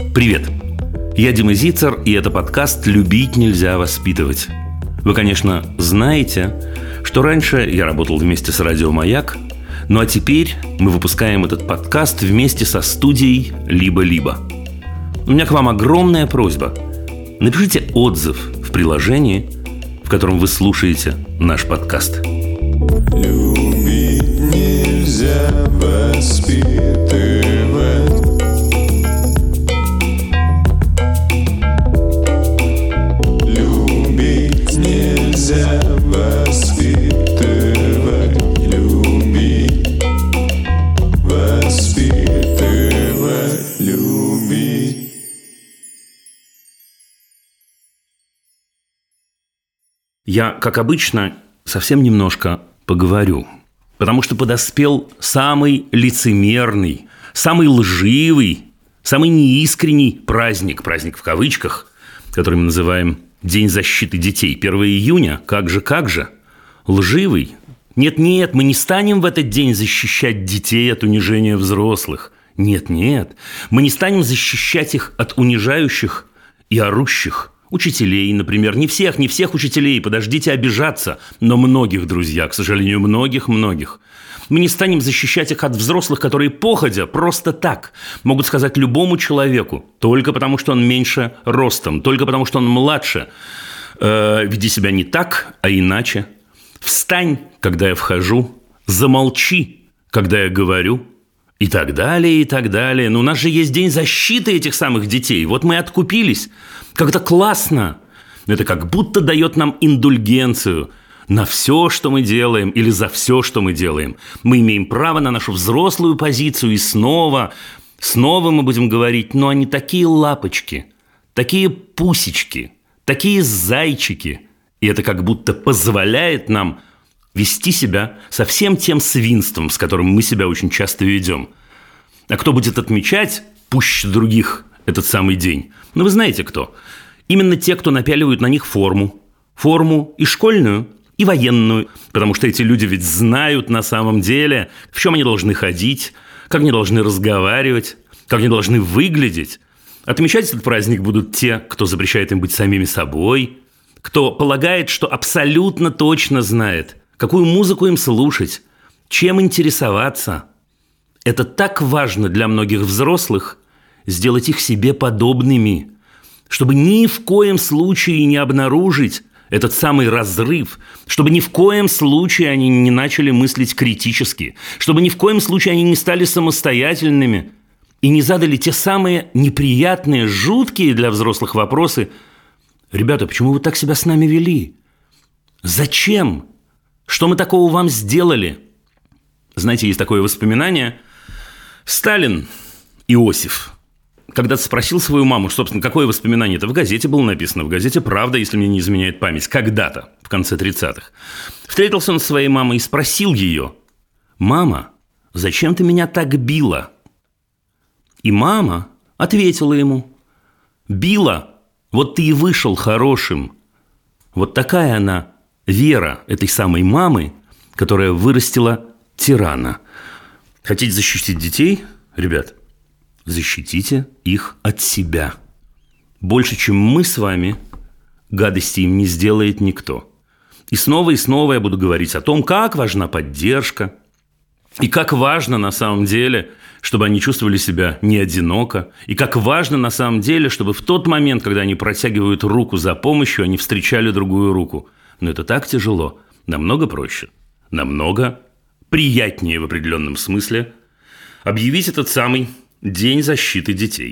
Привет! Я Дима Зицер, и это подкаст «Любить нельзя воспитывать». Вы, конечно, знаете, что раньше я работал вместе с радио «Маяк», ну а теперь мы выпускаем этот подкаст вместе со студией «Либо-либо». У меня к вам огромная просьба. Напишите отзыв в приложении, в котором вы слушаете наш подкаст. Любить нельзя воспитывать. Любить нельзя воспитывать. Любить, воспитывать, любить. Я, как обычно, совсем немножко поговорю, потому что подоспел самый лицемерный, самый лживый, самый неискренний праздник в кавычках, который мы называем День защиты детей. 1 июня, как же, лживый. Нет, мы не станем в этот день защищать детей от унижения взрослых. Нет, мы не станем защищать их от унижающих и орущих учителей, например. Не всех учителей, подождите обижаться, но многих, друзья, к сожалению, многих. Мы не станем защищать их от взрослых, которые походя, просто так, могут сказать любому человеку, только потому, что он меньше ростом, только потому, что он младше, веди себя не так, а иначе. Встань, когда я вхожу, замолчи, когда я говорю, и так далее. Но у нас же есть день защиты этих самых детей. Вот мы откупились. Как-то классно. Это как будто дает нам индульгенцию на все, что мы делаем, или за все, что мы делаем. Мы имеем право на нашу взрослую позицию, и снова мы будем говорить, но они такие лапочки, такие пусечки, такие зайчики. И это как будто позволяет нам вести себя со всем тем свинством, с которым мы себя очень часто ведем. А кто будет отмечать пуще других этот самый день? Ну, вы знаете кто. Именно те, кто напяливают на них форму и школьную, и военную. Потому что эти люди ведь знают на самом деле, в чем они должны ходить, как они должны разговаривать, как они должны выглядеть. Отмечать этот праздник будут те, кто запрещает им быть самими собой, кто полагает, что абсолютно точно знает, какую музыку им слушать, чем интересоваться. Это так важно для многих взрослых сделать их себе подобными, чтобы ни в коем случае не обнаружить этот самый разрыв, чтобы ни в коем случае они не начали мыслить критически, чтобы ни в коем случае они не стали самостоятельными и не задали те самые неприятные, жуткие для взрослых вопросы: «Ребята, почему вы так себя с нами вели? Зачем? Что мы такого вам сделали?» Знаете, есть такое воспоминание. Сталин Иосиф когда-то спросил свою маму, собственно, какое воспоминание это в газете было написано, в газете «Правда», если мне не изменяет память, когда-то, в конце 30-х. Встретился он со своей мамой и спросил ее: «Мама, зачем ты меня так била?» И мама ответила ему: «Била, вот ты и вышел хорошим». Вот такая она вера этой самой мамы, которая вырастила тирана. Хотите защитить детей, ребят? Защитите их от себя. Больше, чем мы с вами, гадости им не сделает никто. И снова я буду говорить о том, как важна поддержка, и как важно на самом деле, чтобы они чувствовали себя не одиноко, и как важно на самом деле, чтобы в тот момент, когда они протягивают руку за помощью, они встречали другую руку. Но это так тяжело, намного проще, намного приятнее в определенном смысле объявить этот самый День защиты детей.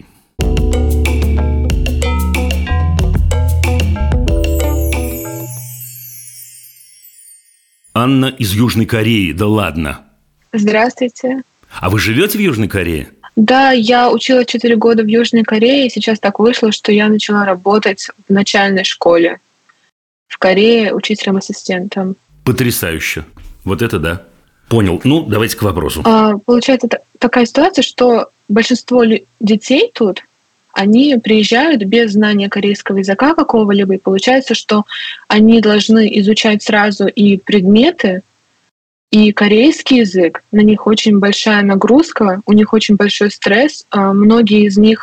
Анна из Южной Кореи, да ладно. Здравствуйте. А вы живете в Южной Корее? Да, я учила 4 года в Южной Корее, и сейчас так вышло, что я начала работать в начальной школе в Корее учителем-ассистентом. Потрясающе. Вот это да. Понял. Ну, давайте к вопросу. Получается такая ситуация, что большинство детей тут, они приезжают без знания корейского языка какого-либо, и получается, что они должны изучать сразу и предметы, и корейский язык. На них очень большая нагрузка, у них очень большой стресс. Многие из них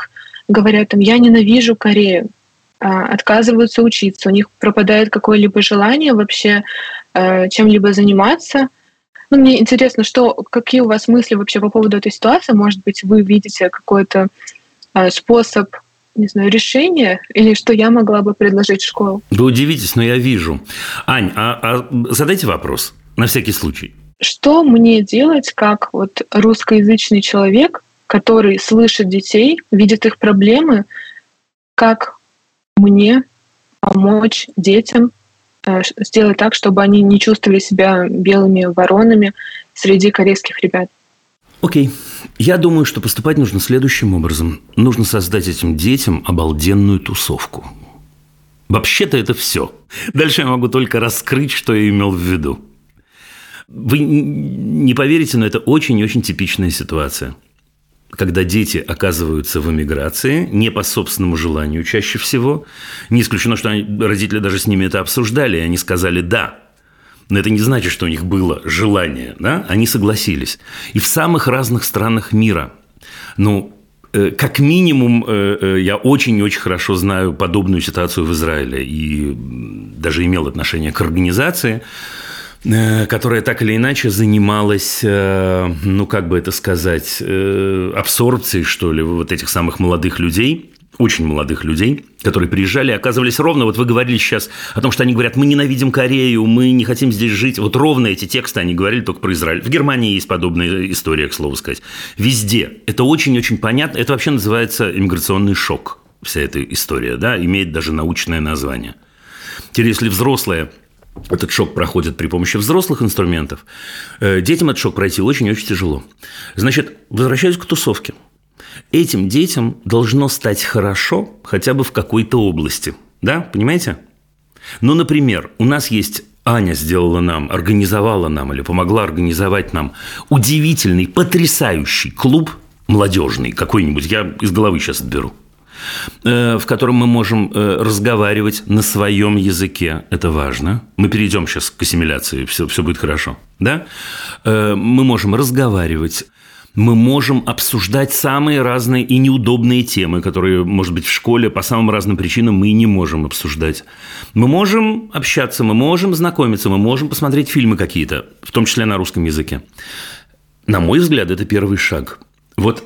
говорят там: «Я ненавижу Корею», отказываются учиться, у них пропадает какое-либо желание вообще чем-либо заниматься. Ну, мне интересно, какие у вас мысли вообще по поводу этой ситуации? Может быть, вы видите какой-то способ, не знаю, решения, или что я могла бы предложить в школу? Вы удивитесь, но я вижу. Ань, задайте вопрос, на всякий случай. Что мне делать как вот русскоязычный человек, который слышит детей, видит их проблемы, как мне помочь детям сделать так, чтобы они не чувствовали себя белыми воронами среди корейских ребят? Окей. Я думаю, что поступать нужно следующим образом. Нужно создать этим детям обалденную тусовку. Вообще-то это все. Дальше я могу только раскрыть, что я имел в виду. Вы не поверите, но это очень и очень типичная ситуация. Когда дети оказываются в эмиграции, не по собственному желанию чаще всего. Не исключено, что родители даже с ними это обсуждали, и они сказали «да». Но это не значит, что у них было желание, да? Они согласились. И в самых разных странах мира. Как минимум, я очень и очень хорошо знаю подобную ситуацию в Израиле. И даже имел отношение к организации, которая так или иначе занималась, абсорбцией, что ли, вот этих самых молодых людей, очень молодых людей, которые приезжали и оказывались ровно, вот вы говорили сейчас о том, что они говорят: мы ненавидим Корею, мы не хотим здесь жить. Вот ровно эти тексты они говорили только про Израиль. В Германии есть подобная история, к слову сказать. Везде. Это очень-очень понятно. Это вообще называется иммиграционный шок. Вся эта история, да, имеет даже научное название. Теперь, если взрослые этот шок проходит при помощи взрослых инструментов, детям этот шок пройти очень-очень тяжело. Значит, возвращаюсь к тусовке. Этим детям должно стать хорошо хотя бы в какой-то области. Да, понимаете? Например, у нас есть Аня организовала нам или помогла организовать нам удивительный, потрясающий клуб молодежный какой-нибудь, я из головы сейчас отберу, в котором мы можем разговаривать на своем языке. Это важно. Мы перейдем сейчас к ассимиляции, все будет хорошо. Да? Мы можем разговаривать. Мы можем обсуждать самые разные и неудобные темы, которые, может быть, в школе по самым разным причинам мы и не можем обсуждать. Мы можем общаться, мы можем знакомиться, мы можем посмотреть фильмы какие-то, в том числе на русском языке. На мой взгляд, это первый шаг. Вот,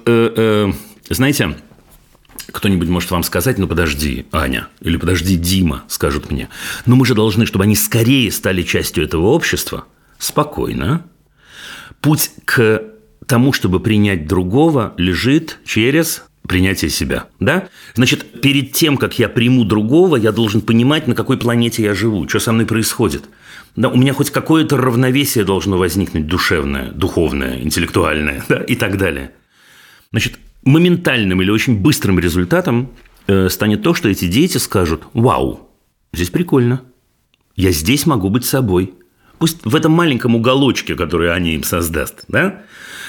знаете, кто-нибудь может вам сказать: подожди, Аня, или подожди, Дима, скажут мне. Мы же должны, чтобы они скорее стали частью этого общества. Спокойно. Путь к тому, чтобы принять другого, лежит через принятие себя. Да? Значит, перед тем, как я приму другого, я должен понимать, на какой планете я живу, что со мной происходит. Да, у меня хоть какое-то равновесие должно возникнуть душевное, духовное, интеллектуальное, да, и так далее. Значит, моментальным или очень быстрым результатом станет то, что эти дети скажут: «Вау, здесь прикольно, я здесь могу быть собой». Пусть в этом маленьком уголочке, который Аня им создаст, да,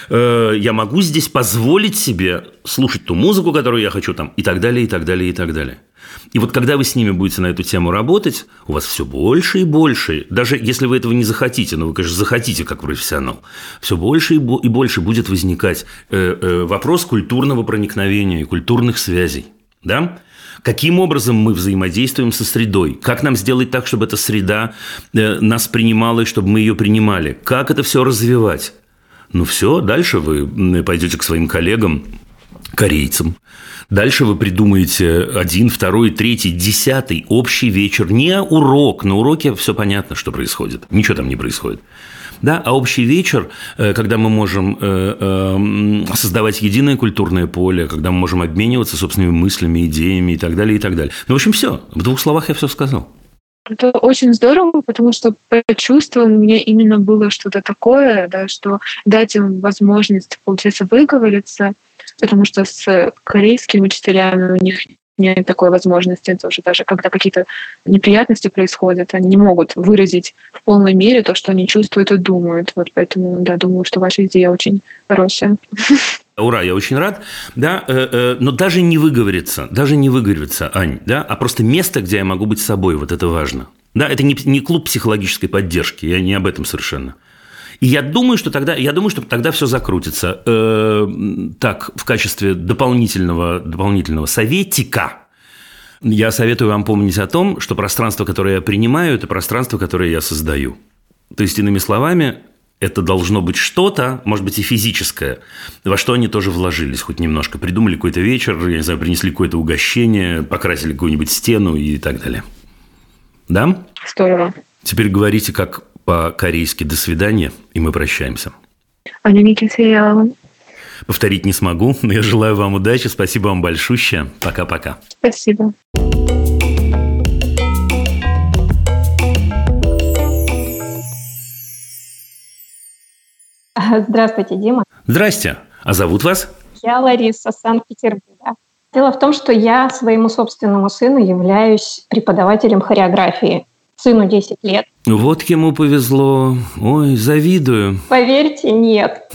я могу здесь позволить себе слушать ту музыку, которую я хочу, там, и так далее, и так далее, и так далее. И вот когда вы с ними будете на эту тему работать, у вас все больше и больше, даже если вы этого не захотите, но вы, конечно, захотите как профессионал, все больше и больше будет возникать вопрос культурного проникновения и культурных связей, да? Каким образом мы взаимодействуем со средой? Как нам сделать так, чтобы эта среда нас принимала и чтобы мы ее принимали? Как это все развивать? Все, дальше вы пойдете к своим коллегам, корейцам. Дальше вы придумаете 1, 2, 3, 10 общий вечер. Не урок. На уроке все понятно, что происходит. Ничего там не происходит. Да, а общий вечер, когда мы можем создавать единое культурное поле, когда мы можем обмениваться собственными мыслями, идеями и так далее, и так далее. В общем, все. В 2 словах я все сказал. Это очень здорово, потому что по чувствам мне именно было что-то такое, да, что дать им возможность, получается, выговориться, потому что с корейскими учителями у них нет такой возможности тоже, даже когда какие-то неприятности происходят, они не могут выразить в полной мере то, что они чувствуют и думают. Вот поэтому, да, думаю, что ваша идея очень хорошая. Ура, я очень рад, да, но даже не выговориться, Ань, да, а просто место, где я могу быть собой, вот это важно. Да, это не клуб психологической поддержки, я не об этом совершенно. И я думаю, что тогда все закрутится. Так, в качестве дополнительного советика я советую вам помнить о том, что пространство, которое я принимаю, это пространство, которое я создаю. То есть, иными словами, это должно быть что-то, может быть, и физическое, во что они тоже вложились хоть немножко. Придумали какой-то вечер, я не знаю, принесли какое-то угощение, покрасили какую-нибудь стену и так далее. Да? Здорово. Теперь говорите как по-корейски «до свидания», и мы прощаемся. 안녕히 계세요. Повторить не смогу, но я желаю вам удачи. Спасибо вам большущее. Пока-пока. Спасибо. Здравствуйте, Дима. Здрасте. А зовут вас? Я Лариса, Санкт-Петербурга. Дело в том, что я своему собственному сыну являюсь преподавателем хореографии. Сыну 10 лет. Вот ему повезло. Ой, завидую. Поверьте, нет.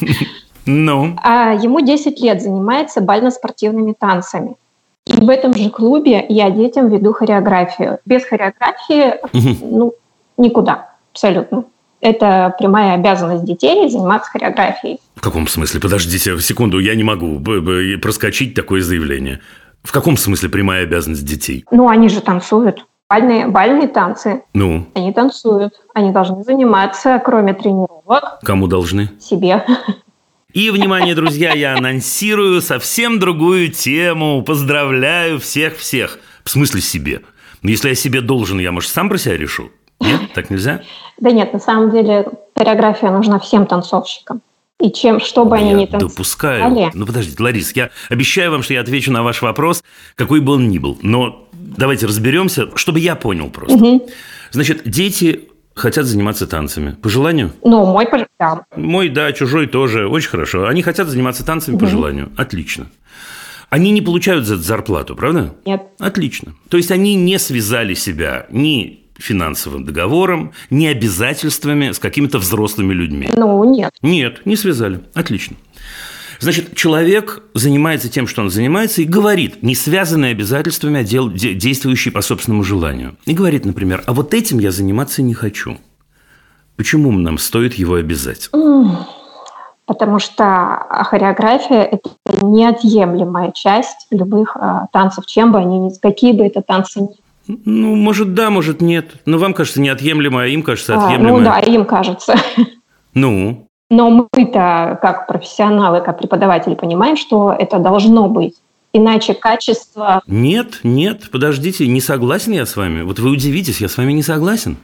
Ну? А ему 10 лет, занимается бально-спортивными танцами. И в этом же клубе я детям веду хореографию. Без хореографии, никуда абсолютно. Это прямая обязанность детей заниматься хореографией. В каком смысле? Подождите секунду, я не могу проскочить такое заявление. В каком смысле прямая обязанность детей? Они же танцуют. Бальные танцы. Ну? Они танцуют. Они должны заниматься, кроме тренировок. Кому должны? Себе. И, внимание, друзья, я анонсирую совсем другую тему. Поздравляю всех-всех. В смысле себе? Если я себе должен, я, может, сам про себя решу? Нет? Так нельзя? Да нет, на самом деле хореография нужна всем танцовщикам. И что бы они ни танцевали. Допускаю. Подождите, Ларис, я обещаю вам, что я отвечу на ваш вопрос, какой бы он ни был. Но давайте разберемся, чтобы я понял просто. Угу. Значит, дети хотят заниматься танцами. По желанию? Мой, да. Мой, да, чужой тоже. Очень хорошо. Они хотят заниматься танцами по желанию. Отлично. Они не получают за это зарплату, правда? Нет. Отлично. То есть, они не связали себя ни финансовым договором, ни обязательствами с какими-то взрослыми людьми. Нет. Нет, не связали. Отлично. Значит, человек занимается тем, что он занимается, и говорит, не связанные обязательствами, а действующий по собственному желанию. И говорит, например, а вот этим я заниматься не хочу. Почему нам стоит его обязать? Потому что хореография – это неотъемлемая часть любых танцев, какие бы это танцы ни были. Может, да, может, нет. Но вам кажется неотъемлемое, а им кажется отъемлемое. Да, им кажется. Но мы-то, как профессионалы, как преподаватели, понимаем, что это должно быть. Иначе качество... Нет, подождите, не согласен я с вами. Вот вы удивитесь, я с вами не согласен.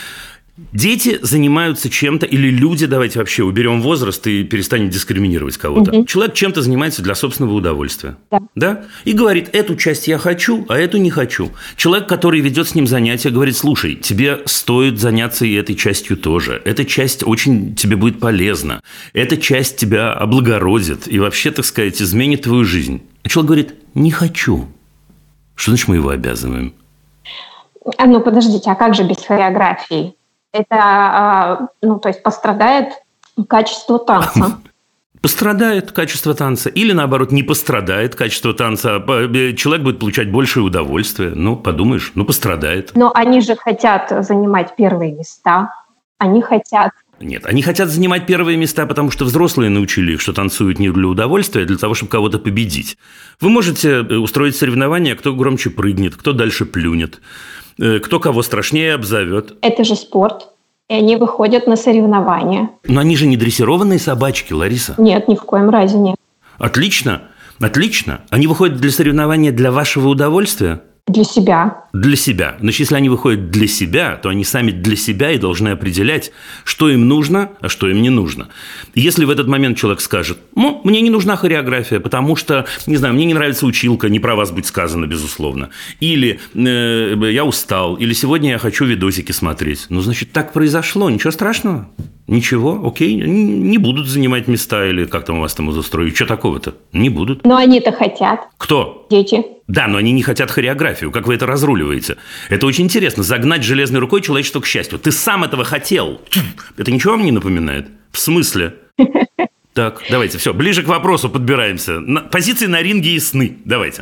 Дети занимаются чем-то, или люди, давайте вообще уберем возраст и перестанем дискриминировать кого-то. Угу. Человек чем-то занимается для собственного удовольствия. Да? И говорит, эту часть я хочу, а эту не хочу. Человек, который ведет с ним занятия, говорит, слушай, тебе стоит заняться и этой частью тоже. Эта часть очень тебе будет полезна. Эта часть тебя облагородит и вообще, так сказать, изменит твою жизнь. А человек говорит, не хочу. Что значит мы его обязываем? Подождите, а как же без хореографии? Это, то есть пострадает качество танца. Пострадает качество танца. Или, наоборот, не пострадает качество танца. Человек будет получать большее удовольствие. Подумаешь, пострадает. Но они же хотят занимать первые места. Они хотят... Нет, они хотят занимать первые места, потому что взрослые научили их, что танцуют не для удовольствия, а для того, чтобы кого-то победить. Вы можете устроить соревнования, кто громче прыгнет, кто дальше плюнет, кто кого страшнее обзовет. Это же спорт, и они выходят на соревнования. Но они же не дрессированные собачки, Лариса. Нет, ни в коем разе нет. Отлично. Они выходят для соревнования для вашего удовольствия? Для себя. Для себя. Значит, если они выходят для себя, то они сами для себя и должны определять, что им нужно, а что им не нужно. И если в этот момент человек скажет, мне не нужна хореография, потому что, не знаю, мне не нравится училка, не про вас будет сказано, безусловно. Или я устал, или сегодня я хочу видосики смотреть. Значит, так произошло, ничего страшного. Ничего, окей, не будут занимать места, или как там у вас там устроить. Что такого-то? Не будут. Но они-то хотят. Кто? Дети. Да, но они не хотят хореографию. Как вы это разруливаете? Это очень интересно. Загнать железной рукой человечество к счастью. Ты сам этого хотел. Это ничего вам не напоминает? В смысле? Так, давайте, все, ближе к вопросу подбираемся. Позиции на ринге ясны. Давайте.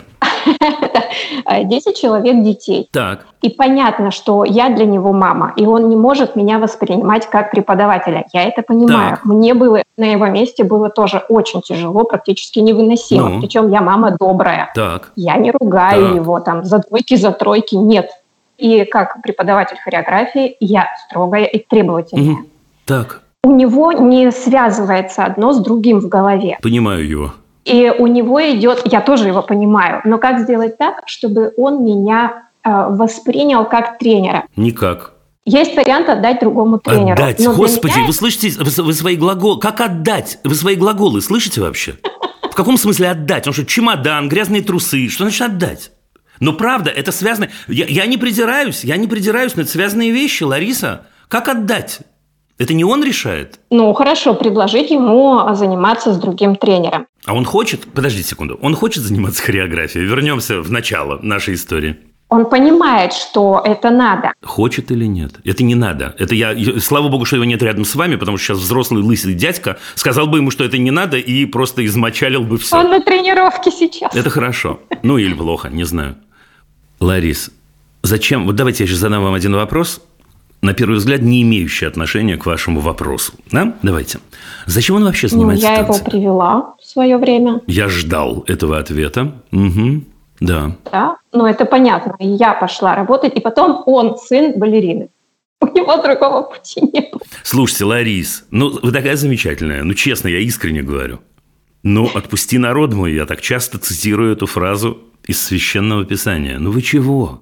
10 человек детей. Так. И понятно, что я для него мама, и он не может меня воспринимать как преподавателя. Я это понимаю. Так. Мне было на его месте было тоже очень тяжело, практически невыносимо. Ну. Причем я мама добрая. Так. Я не ругаю Так. его там за двойки, за тройки, нет. И как преподаватель хореографии я строгая и требовательная. Мгм. Так. У него не связывается одно с другим в голове. Понимаю его. И у него идет, я тоже его понимаю, но как сделать так, чтобы он меня воспринял как тренера? Никак. Есть вариант отдать другому тренеру. Отдать. Но для Господи, меня вы слышите, вы свои глаголы... Как отдать? Вы свои глаголы слышите вообще? В каком смысле отдать? Он что, чемодан, грязные трусы? Что значит отдать? Но правда, это связано... Я не придираюсь, но это связанные вещи, Лариса. Как отдать? Это не он решает? Ну, хорошо, предложить ему заниматься с другим тренером. А он хочет... Подождите секунду. Он хочет заниматься хореографией? Вернемся в начало нашей истории. Он понимает, что это надо. Хочет или нет? Это не надо. Это слава богу, что его нет рядом с вами, потому что сейчас взрослый лысый дядька сказал бы ему, что это не надо, и просто измочалил бы все. Он на тренировке сейчас. Это хорошо. Ну, или плохо, не знаю. Ларис, зачем... Вот давайте я сейчас задам вам один вопрос, на первый взгляд, не имеющий отношения к вашему вопросу. Да? Давайте. Зачем он вообще занимается я танцами? его привела в свое время. Я ждал этого ответа. Угу. Да. Да, ну это понятно. И я пошла работать, и потом он сын балерины. У него другого пути не было. Слушайте, Ларис, ну вы такая замечательная. Ну честно, я искренне говорю. Ну, отпусти народ мой, я так часто цитирую эту фразу из Священного Писания. Ну вы чего?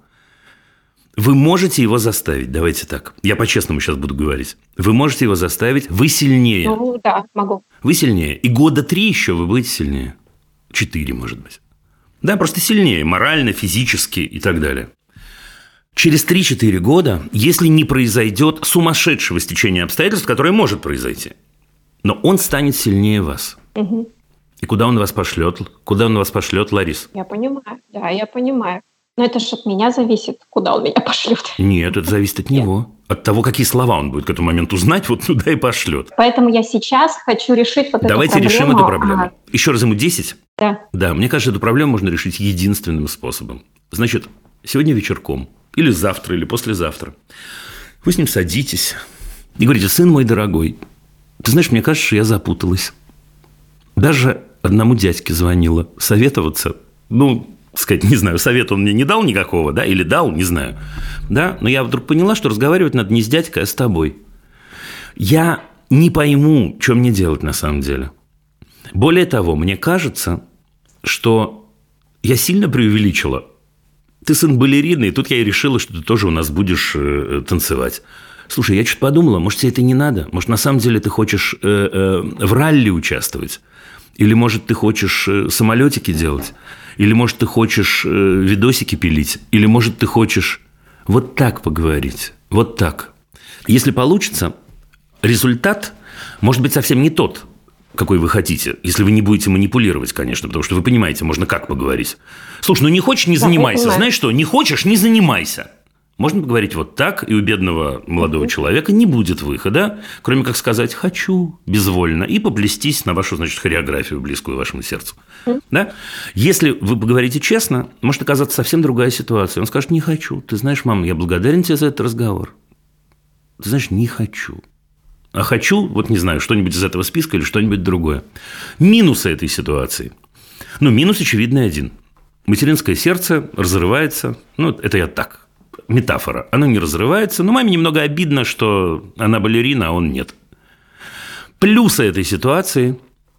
Вы можете его заставить, давайте так. Я по-честному сейчас буду говорить. Вы можете его заставить, вы сильнее. Ну да, могу. Вы сильнее. И 3 года еще вы будете сильнее. 4, может быть. Да, просто сильнее, морально, физически и так далее. Через 3-4 года, если не произойдет сумасшедшего стечения обстоятельств, которое может произойти, но он станет сильнее вас. Угу. И куда он вас пошлет? Куда он вас пошлет, Ларис? Я понимаю, да, я понимаю. Но это же от меня зависит, куда он меня пошлет. Нет, это зависит от него. От того, какие слова он будет к этому моменту знать, вот туда и пошлет. Поэтому я сейчас хочу решить вот эту проблему. Давайте решим эту проблему. Еще раз ему 10? Да. Да, мне кажется, эту проблему можно решить единственным способом. Значит, сегодня вечерком, или завтра, или послезавтра, вы с ним садитесь и говорите: сын мой дорогой, ты знаешь, мне кажется, что я запуталась. Даже одному дядьке звонила советоваться, сказать, не знаю, совета он мне не дал никакого, да, или дал, не знаю, да, но я вдруг поняла, что разговаривать надо не с дядькой, а с тобой. Я не пойму, что мне делать на самом деле. Более того, мне кажется, что я сильно преувеличила. Ты сын балерины, и тут я и решила, что ты тоже у нас будешь танцевать. Слушай, я что-то подумала, может, тебе это не надо? Может, на самом деле ты хочешь в ралли участвовать? Или, может, ты хочешь самолетики делать? Или, может, ты хочешь видосики пилить? Или, может, ты хочешь вот так поговорить? Вот так. Если получится, результат может быть совсем не тот, какой вы хотите, если вы не будете манипулировать, конечно, потому что вы понимаете, можно как поговорить. Слушай, не хочешь – не занимайся. Знаешь что? Не хочешь – не занимайся. Можно поговорить вот так, и у бедного молодого человека не будет выхода, кроме как сказать «хочу» безвольно и поплестись на вашу, значит, хореографию, близкую вашему сердцу. Да? Если вы поговорите честно, может оказаться совсем другая ситуация. Он скажет: не хочу. Ты знаешь, мама, я благодарен тебе за этот разговор. Ты знаешь, не хочу. А хочу, вот не знаю, что-нибудь из этого списка или что-нибудь другое. Минусы этой ситуации. Минус очевидный один. Материнское сердце разрывается. Это я так. Метафора. Оно не разрывается, но маме немного обидно, что она балерина, а он нет. Плюсы этой ситуации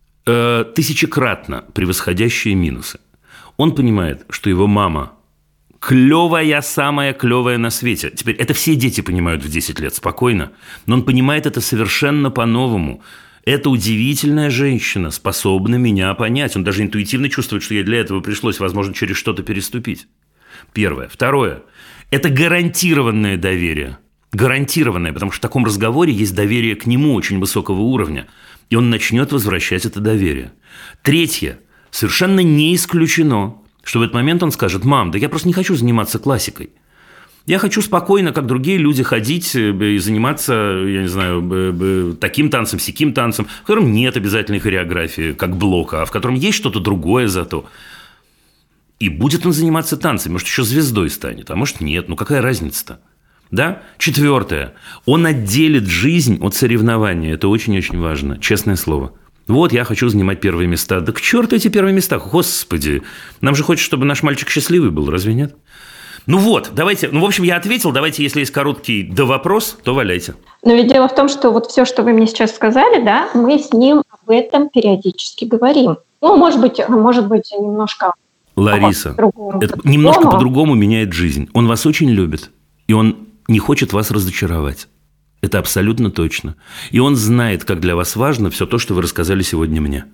тысячекратно превосходящие минусы. Он понимает, что его мама клевая, самая клевая на свете. Теперь это все дети понимают в 10 лет спокойно, но он понимает это совершенно по-новому. Это удивительная женщина, способна меня понять. Он даже интуитивно чувствует, что ей для этого пришлось, возможно, через что-то переступить. Первое. Второе. Это гарантированное доверие. Гарантированное, потому что в таком разговоре есть доверие к нему очень высокого уровня. И он начнет возвращать это доверие. Третье. Совершенно не исключено, что в этот момент он скажет: мам, да я просто не хочу заниматься классикой. Я хочу спокойно, как другие люди, ходить и заниматься, я не знаю, таким танцем, сяким танцем, в котором нет обязательной хореографии, как блока, а в котором есть что-то другое зато. И будет он заниматься танцами. Может, еще звездой станет, а может, нет. Ну, какая разница-то? Да? 4. Он отделит жизнь от соревнования. Это очень-очень важно. Честное слово. Вот, я хочу занимать первые места. Да к черту эти первые места. Господи. Нам же хочется, чтобы наш мальчик счастливый был. Разве нет? Ну вот, давайте. Ну, в общем, я ответил. Давайте, если есть короткий вопрос, то валяйте. Но ведь дело в том, что вот все, что вы мне сейчас сказали, да, мы с ним об этом периодически говорим. Ну, может быть, немножко... Лариса, это немножко по-другому меняет жизнь. Он вас очень любит, и он не хочет вас разочаровать. Это абсолютно точно. И он знает, как для вас важно все то, что вы рассказали сегодня мне.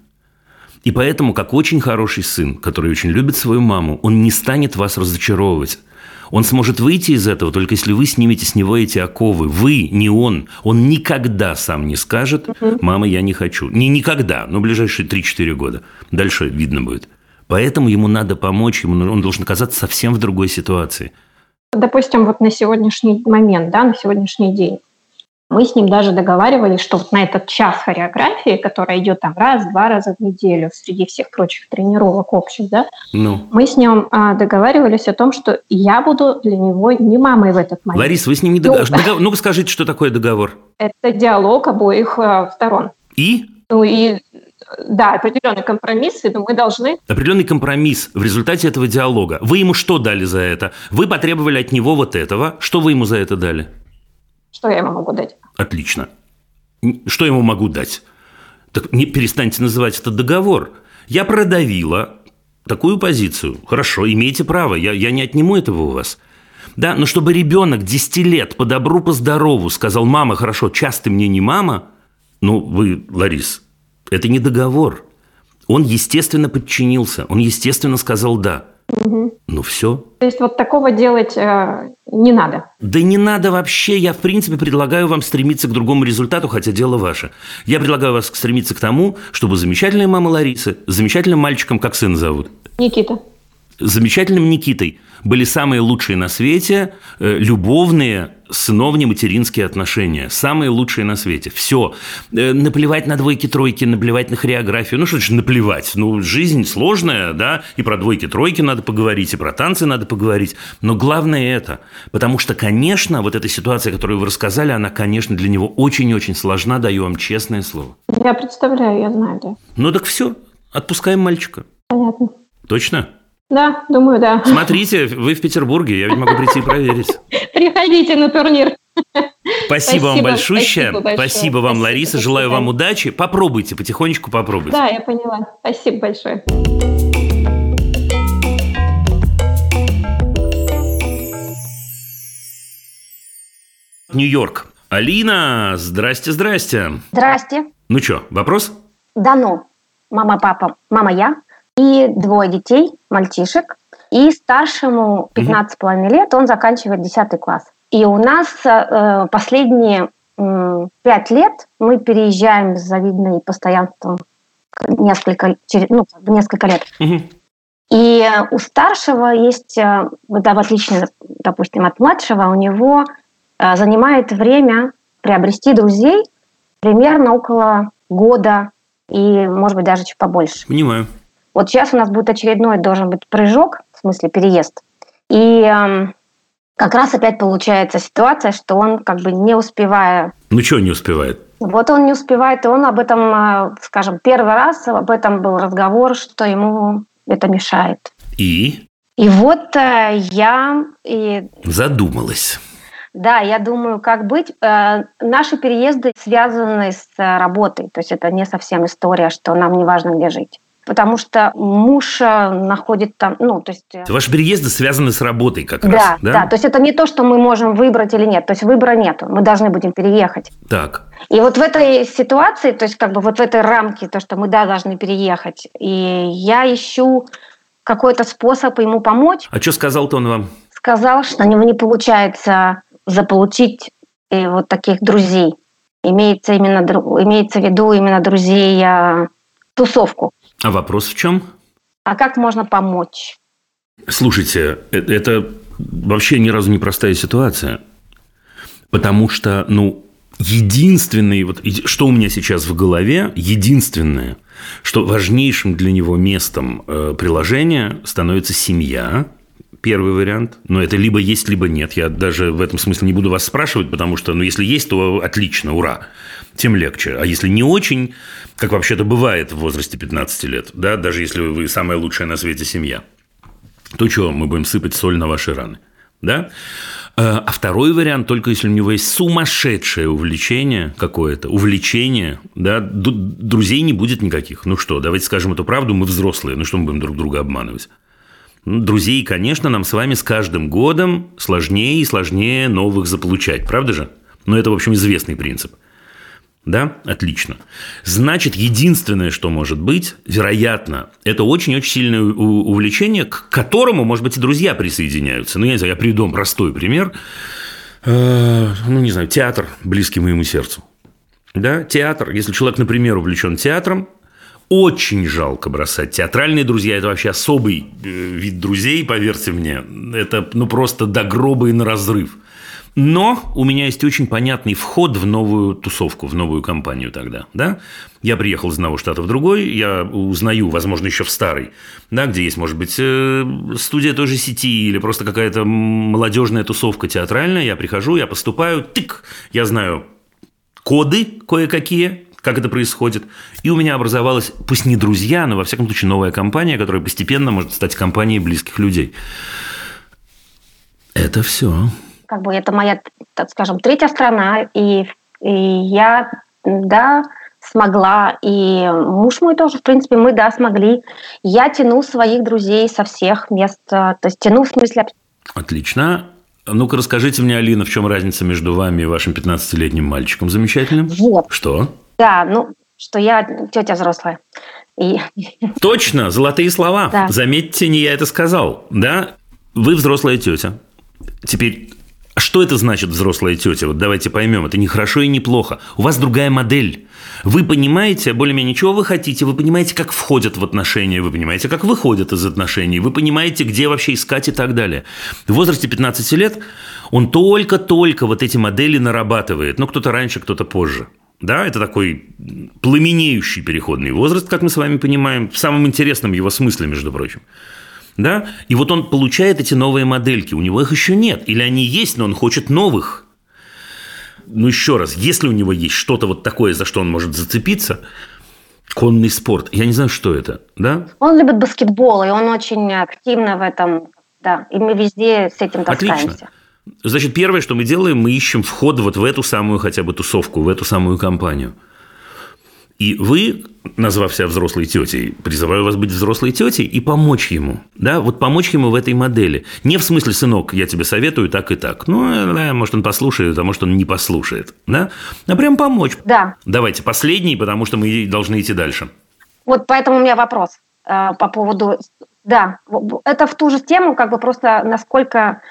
И поэтому, как очень хороший сын, который очень любит свою маму, он не станет вас разочаровывать. Он сможет выйти из этого, только если вы снимете с него эти оковы. Вы, не он. Он никогда сам не скажет: «Мама, я не хочу». Никогда, но в ближайшие 3-4 года. Дальше видно будет. Поэтому ему надо помочь, он должен оказаться совсем в другой ситуации. Допустим, вот на сегодняшний момент, да, на сегодняшний день, мы с ним даже договаривались, что вот на этот час хореографии, которая идет там 1-2 раза в неделю среди всех прочих тренировок общих, да, мы с ним договаривались о том, что я буду для него не мамой в этот момент. Лариса, вы с ним не договаривались? Ну-ка скажите, что такое договор? Это диалог обоих сторон. И? Ну и... Да, определенный компромисс, но мы должны... Определенный компромисс в результате этого диалога. Вы ему что дали за это? Вы потребовали от него вот этого. Что вы ему за это дали? Что я ему могу дать? Отлично. Что я ему могу дать? Так не перестаньте называть это договор. Я продавила такую позицию. Хорошо, имеете право, я не отниму этого у вас. Да, но чтобы ребенок 10 лет по добру, по здорову сказал: «Мама, хорошо, час ты мне не мама», ну, вы, Ларис... Это не договор. Он, естественно, подчинился. Он, естественно, сказал «да». Ну, все. То есть вот такого делать не надо? Да не надо вообще. Я, в принципе, предлагаю вам стремиться к другому результату, хотя дело ваше. Я предлагаю вас стремиться к тому, чтобы замечательная мама Ларисы с замечательным мальчиком, как сына зовут? Никита. С замечательным Никитой были самые лучшие на свете любовные сыновне-материнские отношения. Самые лучшие на свете. Все. Наплевать на двойки-тройки, наплевать на хореографию. Ну, что значит наплевать? Ну, жизнь сложная, да, и про двойки-тройки надо поговорить, и про танцы надо поговорить. Но главное это. Потому что, конечно, вот эта ситуация, которую вы рассказали, она, конечно, для него очень-очень сложна, даю вам честное слово. Я представляю, я знаю, да. Ну, так все. Отпускаем мальчика. Понятно. Точно? Да, думаю, да. Смотрите, вы в Петербурге, я ведь могу прийти и проверить. Приходите на турнир. Спасибо вам большущее. Спасибо вам, Лариса. Желаю вам удачи. Попробуйте, потихонечку попробуйте. Да, я поняла. Спасибо большое. Нью-Йорк. Алина, здрасте. Здрасте. Ну что, вопрос? Да ну. Мама, папа, мама, я. И 2 детей, мальчишек. И старшему 15,5 лет, он заканчивает 10 класс. И у нас последние 5 лет мы переезжаем с завидным постоянством несколько лет. И у старшего есть, в отличие, допустим, от младшего, у него занимает время приобрести друзей примерно около года и, может быть, даже чуть побольше. Понимаю. Вот сейчас у нас будет очередной, должен быть прыжок, в смысле переезд. И как раз опять получается ситуация, что он как бы не успевая... Ну, что не успевает? Вот он не успевает, и он об этом, скажем, первый раз об этом был разговор, что ему это мешает. И вот я... задумалась. Да, я думаю, как быть. Наши переезды связаны с работой. То есть это не совсем история, что нам не важно, где жить. Потому что муж находит там... то есть... Ваши переезды связаны с работой как раз, да? Да, то есть это не то, что мы можем выбрать или нет. То есть выбора нету, мы должны будем переехать. Так. И вот в этой ситуации, то есть как бы вот в этой рамке, то, что мы, должны переехать, и я ищу какой-то способ ему помочь. А что сказал-то он вам? Сказал, что у него не получается заполучить вот таких друзей. Имеется в виду именно друзей тусовку. А вопрос в чем? А как можно помочь? Слушайте, это вообще ни разу не простая ситуация. Потому что, единственное, что у меня сейчас в голове, единственное, что важнейшим для него местом приложения становится семья, первый вариант. Но это либо есть, либо нет. Я даже в этом смысле не буду вас спрашивать, потому что, если есть, то отлично, ура, тем легче. А если не очень, как вообще-то бывает в возрасте 15 лет, да, даже если вы самая лучшая на свете семья, то что, мы будем сыпать соль на ваши раны, да? А второй вариант, только если у него есть сумасшедшее увлечение какое-то, да, друзей не будет никаких. Ну что, давайте скажем эту правду, мы взрослые, ну что мы будем друг друга обманывать? Друзей, конечно, нам с вами с каждым годом сложнее и сложнее новых заполучать, правда же? Но это, в общем, известный принцип. Да? Отлично. Значит, единственное, что может быть, вероятно, это очень-очень сильное увлечение, к которому, может быть, и друзья присоединяются. Ну, я не знаю, я приведу вам простой пример. Театр, близкий моему сердцу. Да? Театр. Если человек, например, увлечен театром, очень жалко бросать. Театральные друзья – это вообще особый вид друзей, поверьте мне. Это просто до гроба и на разрыв. Но у меня есть очень понятный вход в новую тусовку, в новую компанию тогда. Да? Я приехал из одного штата в другой, я узнаю, возможно, еще в старый, да, где есть, может быть, студия той же сети или просто какая-то молодежная тусовка театральная. Я прихожу, я поступаю, я знаю коды кое-какие, как это происходит. И у меня образовалась, пусть не друзья, но, во всяком случае, новая компания, которая постепенно может стать компанией близких людей. Это все. Это моя, так скажем, третья страна, и я, да, смогла, и муж мой тоже, в принципе, мы, да, смогли. Я тяну своих друзей со всех мест, то есть тяну в смысле... Отлично. Ну-ка, расскажите мне, Алина, в чем разница между вами и вашим 15-летним мальчиком замечательным? Вот. Что? Да, что я тетя взрослая. Точно, золотые слова. Да. Заметьте, не я это сказал, да? Вы взрослая тетя. Теперь... Что это значит взрослая тетя? Вот давайте поймем. Это не хорошо и не плохо. У вас другая модель. Вы понимаете более-менее, чего вы хотите. Вы понимаете, как входят в отношения. Вы понимаете, как выходят из отношений. Вы понимаете, где вообще искать и так далее. В возрасте 15 лет он только-только вот эти модели нарабатывает. Ну, кто-то раньше, кто-то позже. Да, это такой пламенеющий переходный возраст, как мы с вами понимаем, в самом интересном его смысле, между прочим. Да? И вот он получает эти новые модельки, у него их еще нет, или они есть, но он хочет новых. Ну, еще раз, если у него есть что-то вот такое, за что он может зацепиться, конный спорт, я не знаю, что это, да? Он любит баскетбол, и он очень активно в этом, да, и мы везде с этим таскаемся. Отлично. Значит, первое, что мы делаем, мы ищем вход вот в эту самую хотя бы тусовку, в эту самую компанию. И вы, назвав себя взрослой тетей, призываю вас быть взрослой тетей и помочь ему. Да, вот помочь ему в этой модели. Не в смысле, сынок, я тебе советую так и так. Ну, да, может, он послушает, а может, он не послушает. Да? А прям помочь. Да. Давайте последний, потому что мы должны идти дальше. Вот поэтому у меня вопрос по поводу... Да, это в ту же тему, просто насколько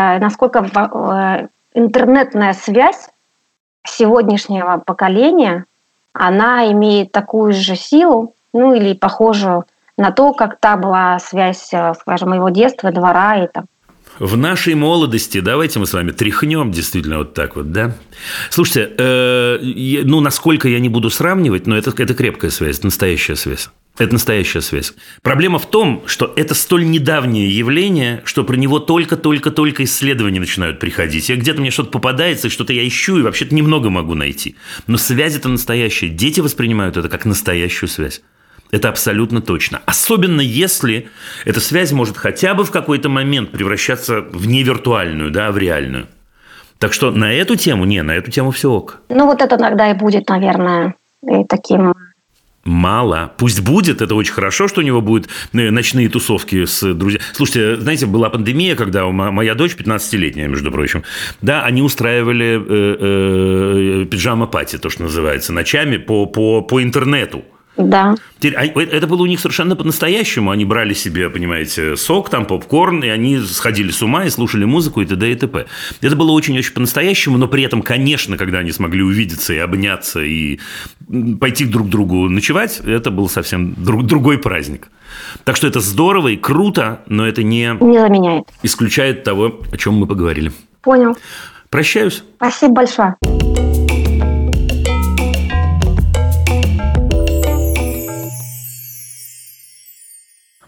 интернетная связь сегодняшнего поколения... она имеет такую же силу, или похожую на то, как та была связь, скажем, моего детства, двора и там. В нашей молодости, давайте мы с вами тряхнем действительно вот так вот, да? Слушайте, насколько я не буду сравнивать, но это крепкая связь, это настоящая связь. Это настоящая связь. Проблема в том, что это столь недавнее явление, что про него только исследования начинают приходить. Где-то мне что-то попадается, и что-то я ищу, и вообще-то немного могу найти. Но связь это настоящая. Дети воспринимают это как настоящую связь. Это абсолютно точно. Особенно если эта связь может хотя бы в какой-то момент превращаться в невиртуальную, да, в реальную. Так что на эту тему все ок. Вот это иногда и будет, наверное, и таким... Мало. Пусть будет, это очень хорошо, что у него будут ночные тусовки с друзьями. Слушайте, знаете, была пандемия, когда моя дочь, 15-летняя, между прочим, да, они устраивали пиджама-пати, то, что называется, ночами по интернету. Да. Это было у них совершенно по-настоящему. Они брали себе, понимаете, сок, там, попкорн, и они сходили с ума и слушали музыку и т.д. и т.п. Это было очень-очень по-настоящему, но при этом, конечно, когда они смогли увидеться и обняться, и пойти друг к другу ночевать, это был совсем другой праздник. Так что это здорово и круто, но это не заменяет. Исключает того, о чем мы поговорили. Понял. Прощаюсь. Спасибо большое.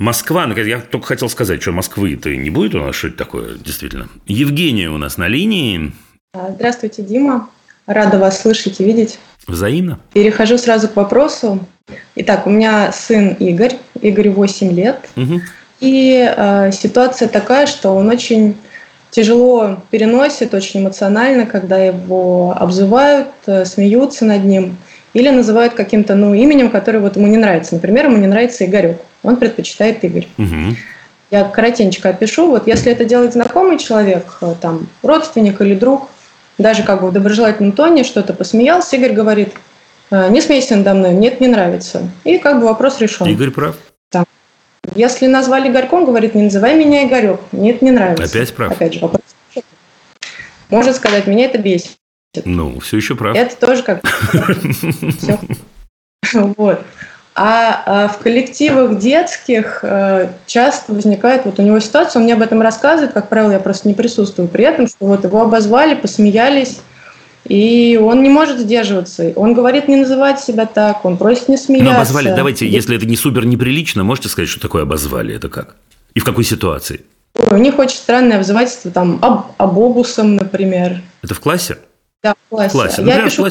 Москва, я только хотел сказать, что Москвы-то не будет у нас, что это такое, действительно. Евгения у нас на линии. Здравствуйте, Дима. Рада вас слышать и видеть. Взаимно. Перехожу сразу к вопросу. Итак, у меня сын Игорь. Игорю 8 лет. Угу. И ситуация такая, что он очень тяжело переносит, очень эмоционально, когда его обзывают, смеются над ним или называют каким-то именем, которое ему не нравится. Например, ему не нравится Игорек. Он предпочитает Игорь. Угу. Я коротенько опишу. Если это делает знакомый человек, родственник или друг, даже в доброжелательном тоне что-то посмеялся, Игорь говорит: не смейся надо мной, мне это не нравится. И вопрос решен. Игорь прав. Да. Если назвали Игорьком, говорит: не называй меня Игорек, мне это не нравится. Опять прав. Опять же, вопрос. Может сказать: меня это бесит. Все еще прав. Это тоже Все. Вот. А в коллективах детских часто возникает у него ситуация, он мне об этом рассказывает, как правило, я просто не присутствую при этом, что его обозвали, посмеялись, и он не может сдерживаться. Он говорит не называть себя так, он просит не смеяться. Но обозвали, давайте, если это не супер неприлично, можете сказать, что такое обозвали, это как? И в какой ситуации? У них очень странное обзывательство, обобусом, например. Это в классе? Да, в классе. В классе. Я пишу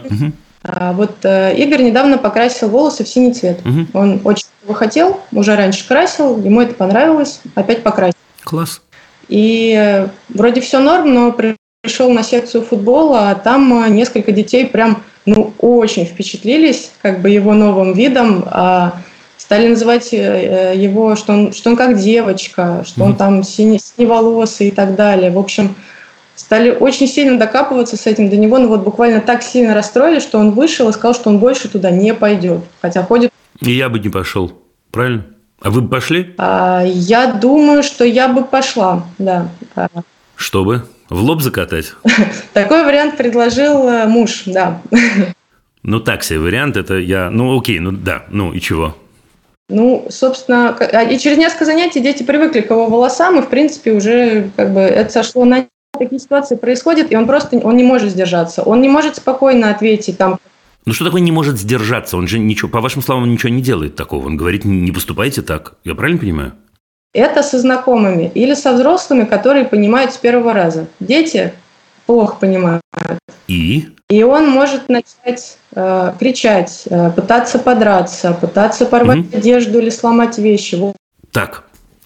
Игорь недавно покрасил волосы в синий цвет. Угу. Он очень его хотел, уже раньше красил, ему это понравилось, опять покрасил. Класс. И вроде все норм, но пришел на секцию футбола, а там несколько детей прям очень впечатлились его новым видом, стали называть его, что он как девочка, что он там синеволосый и так далее. В общем, стали очень сильно докапываться с этим до него, буквально так сильно расстроили, что он вышел и сказал, что он больше туда не пойдет, хотя ходит. И я бы не пошел, правильно? А вы бы пошли? Я думаю, что я бы пошла, да. Чтобы? В лоб закатать? Такой вариант предложил муж, да. Так себе вариант, это я... окей, и чего? Собственно, и через несколько занятий дети привыкли к его волосам, и, в принципе, уже это сошло на... Такие ситуации происходят, и он не может сдержаться. Он не может спокойно ответить что такое не может сдержаться? Он же ничего, по вашим словам, ничего не делает такого. Он говорит: не поступайте так. Я правильно понимаю? Это со знакомыми или со взрослыми, которые понимают с первого раза. Дети плохо понимают. И он может начать кричать, пытаться подраться, пытаться порвать одежду или сломать вещи. Так.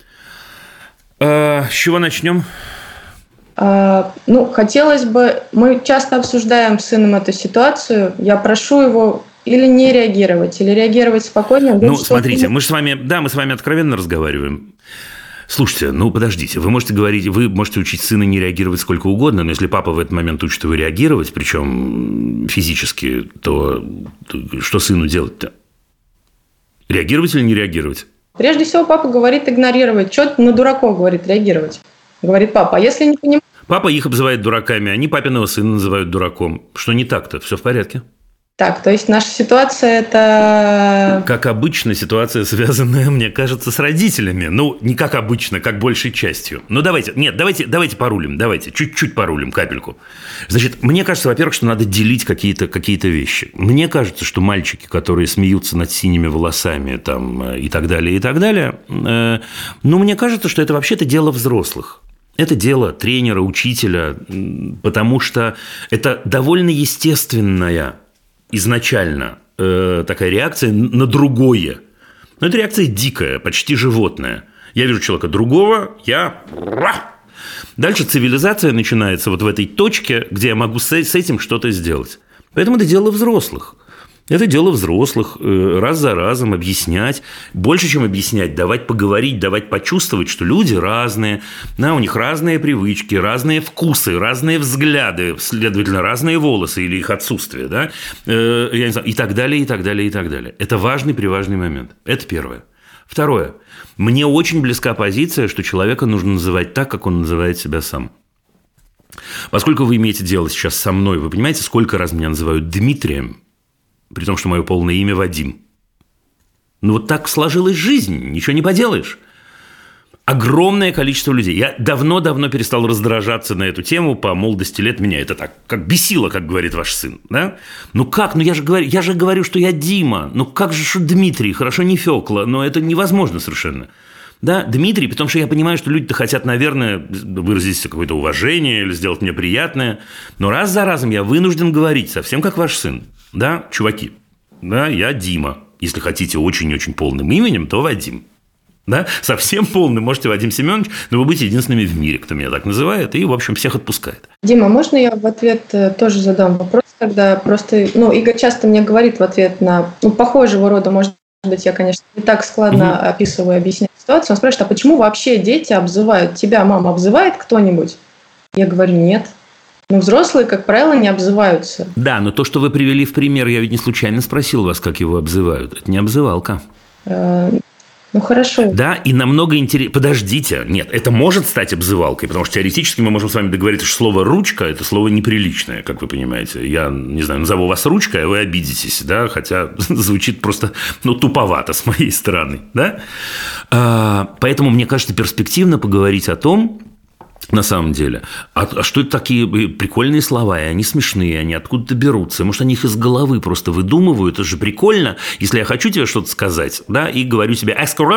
С чего начнем? Хотелось бы... Мы часто обсуждаем с сыном эту ситуацию. Я прошу его или не реагировать, или реагировать спокойно. Смотрите, мы с вами откровенно разговариваем. Слушайте, подождите, вы можете учить сына не реагировать сколько угодно, но если папа в этот момент учит его реагировать, причем физически, то что сыну делать-то? Реагировать или не реагировать? Прежде всего, папа говорит игнорировать. Что ты на дураков, говорит, реагировать? Говорит папа. А если не понимаешь... Папа их обзывает дураками, они папиного сына называют дураком. Что не так-то? Все в порядке? Так, то есть наша ситуация – это… Как обычно, ситуация, связанная, мне кажется, с родителями. Не как обычно, как большей частью. Давайте порулим, чуть-чуть порулим, капельку. Значит, мне кажется, во-первых, что надо делить какие-то вещи. Мне кажется, что мальчики, которые смеются над синими волосами и так далее, мне кажется, что это вообще-то дело взрослых. Это дело тренера, учителя, потому что это довольно естественная изначально такая реакция на другое. Но это реакция дикая, почти животная. Я вижу человека другого, Дальше цивилизация начинается в этой точке, где я могу с этим что-то сделать. Поэтому это дело взрослых. Это дело взрослых, раз за разом объяснять, больше, чем объяснять, давать поговорить, давать почувствовать, что люди разные, у них разные привычки, разные вкусы, разные взгляды, следовательно, разные волосы или их отсутствие, я не знаю, и так далее, и так далее, и так далее. Это важный момент. Это первое. Второе. Мне очень близка позиция, что человека нужно называть так, как он называет себя сам. Поскольку вы имеете дело сейчас со мной, вы понимаете, сколько раз меня называют Дмитрием, при том, что мое полное имя Вадим. Так сложилась жизнь, ничего не поделаешь. огромное количество людей. Я давно-давно перестал раздражаться на эту тему по молодости лет. Меня это так, как бесило, как говорит ваш сын. Да? Ну как? Ну я же говорю, что я Дима. Ну как же, что Дмитрий? Хорошо, не Фёкла. Но это невозможно совершенно. Да, Дмитрий, потому что я понимаю, что люди-то хотят, наверное, выразить какое-то уважение или сделать мне приятное. Но раз за разом я вынужден говорить, совсем как ваш сын. Да, чуваки, да, я Дима. Если хотите очень-очень полным именем, то Вадим. Да? Совсем полным можете Вадим Семенович, но вы будете единственными в мире, кто меня так называет, и, в общем, всех отпускает. Дима, можно я в ответ тоже задам вопрос? Когда просто, Игорь часто мне говорит в ответ на похожего рода, может быть, я, конечно, не так складно описываю, объясняю ситуацию. Он спрашивает, а почему вообще дети обзывают? Тебя мама обзывает кто-нибудь? Я говорю, нет. Взрослые, как правило, не обзываются. Да, но то, что вы привели в пример, я ведь не случайно спросил вас, как его обзывают. Это не обзывалка. Хорошо. Да, и намного интереснее. Подождите, нет, это может стать обзывалкой, потому что теоретически мы можем с вами договориться, что слово «ручка» – это слово неприличное, как вы понимаете. Я, не знаю, назову вас ручкой, а вы обидитесь, да, хотя звучит просто, туповато с моей стороны, да. Поэтому, мне кажется, перспективно поговорить о том, на самом деле, а что это такие прикольные слова, и они смешные, они откуда-то берутся, может, они их из головы просто выдумывают, это же прикольно, если я хочу тебе что-то сказать, да, и говорю тебе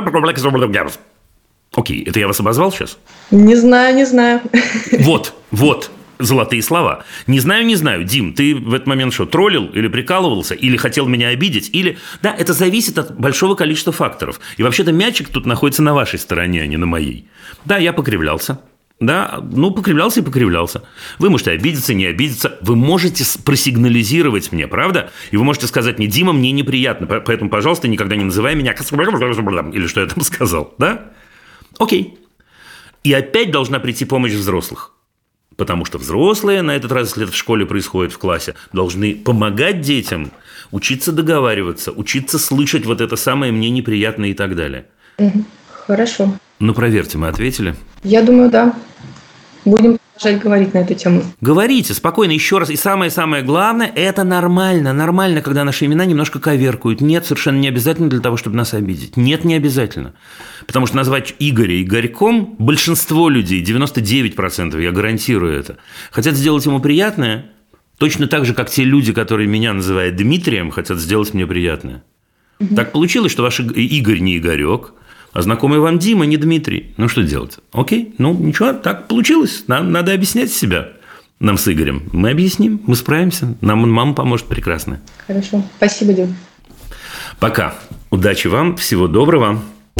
окей, это я вас обозвал сейчас? Не знаю. Вот, золотые слова. Не знаю, Дим, ты в этот момент что, троллил или прикалывался, или хотел меня обидеть, или... Да, это зависит от большого количества факторов. И вообще-то мячик тут находится на вашей стороне, а не на моей. Да, я покривлялся. Да, покривлялся и покривлялся. Вы можете обидеться, не обидеться. Вы можете просигнализировать мне, правда? И вы можете сказать мне, Дима, мне неприятно, поэтому, пожалуйста, никогда не называй меня или что я там сказал, да? Окей. И опять должна прийти помощь взрослых. Потому что взрослые, на этот раз, если это в школе происходит, в классе, должны помогать детям учиться договариваться, учиться слышать вот это самое «мне неприятно» и так далее. Хорошо. Проверьте, мы ответили? Я думаю, да. Будем продолжать говорить на эту тему. Говорите спокойно, еще раз. И самое-самое главное, это нормально. Нормально, когда наши имена немножко коверкуют. Нет, совершенно не обязательно для того, чтобы нас обидеть. Нет, не обязательно. Потому что назвать Игоря Игорьком большинство людей, 99%, я гарантирую это, хотят сделать ему приятное, точно так же, как те люди, которые меня называют Дмитрием, хотят сделать мне приятное. Так получилось, что ваш Игорь не Игорек, а знакомый вам Дима не Дмитрий. Что делать? Окей, ничего, так получилось. Нам надо объяснять себя. Нам с Игорем. Мы объясним, мы справимся. Нам мама поможет прекрасно. Хорошо. Спасибо, Дим. Пока. Удачи вам, всего доброго.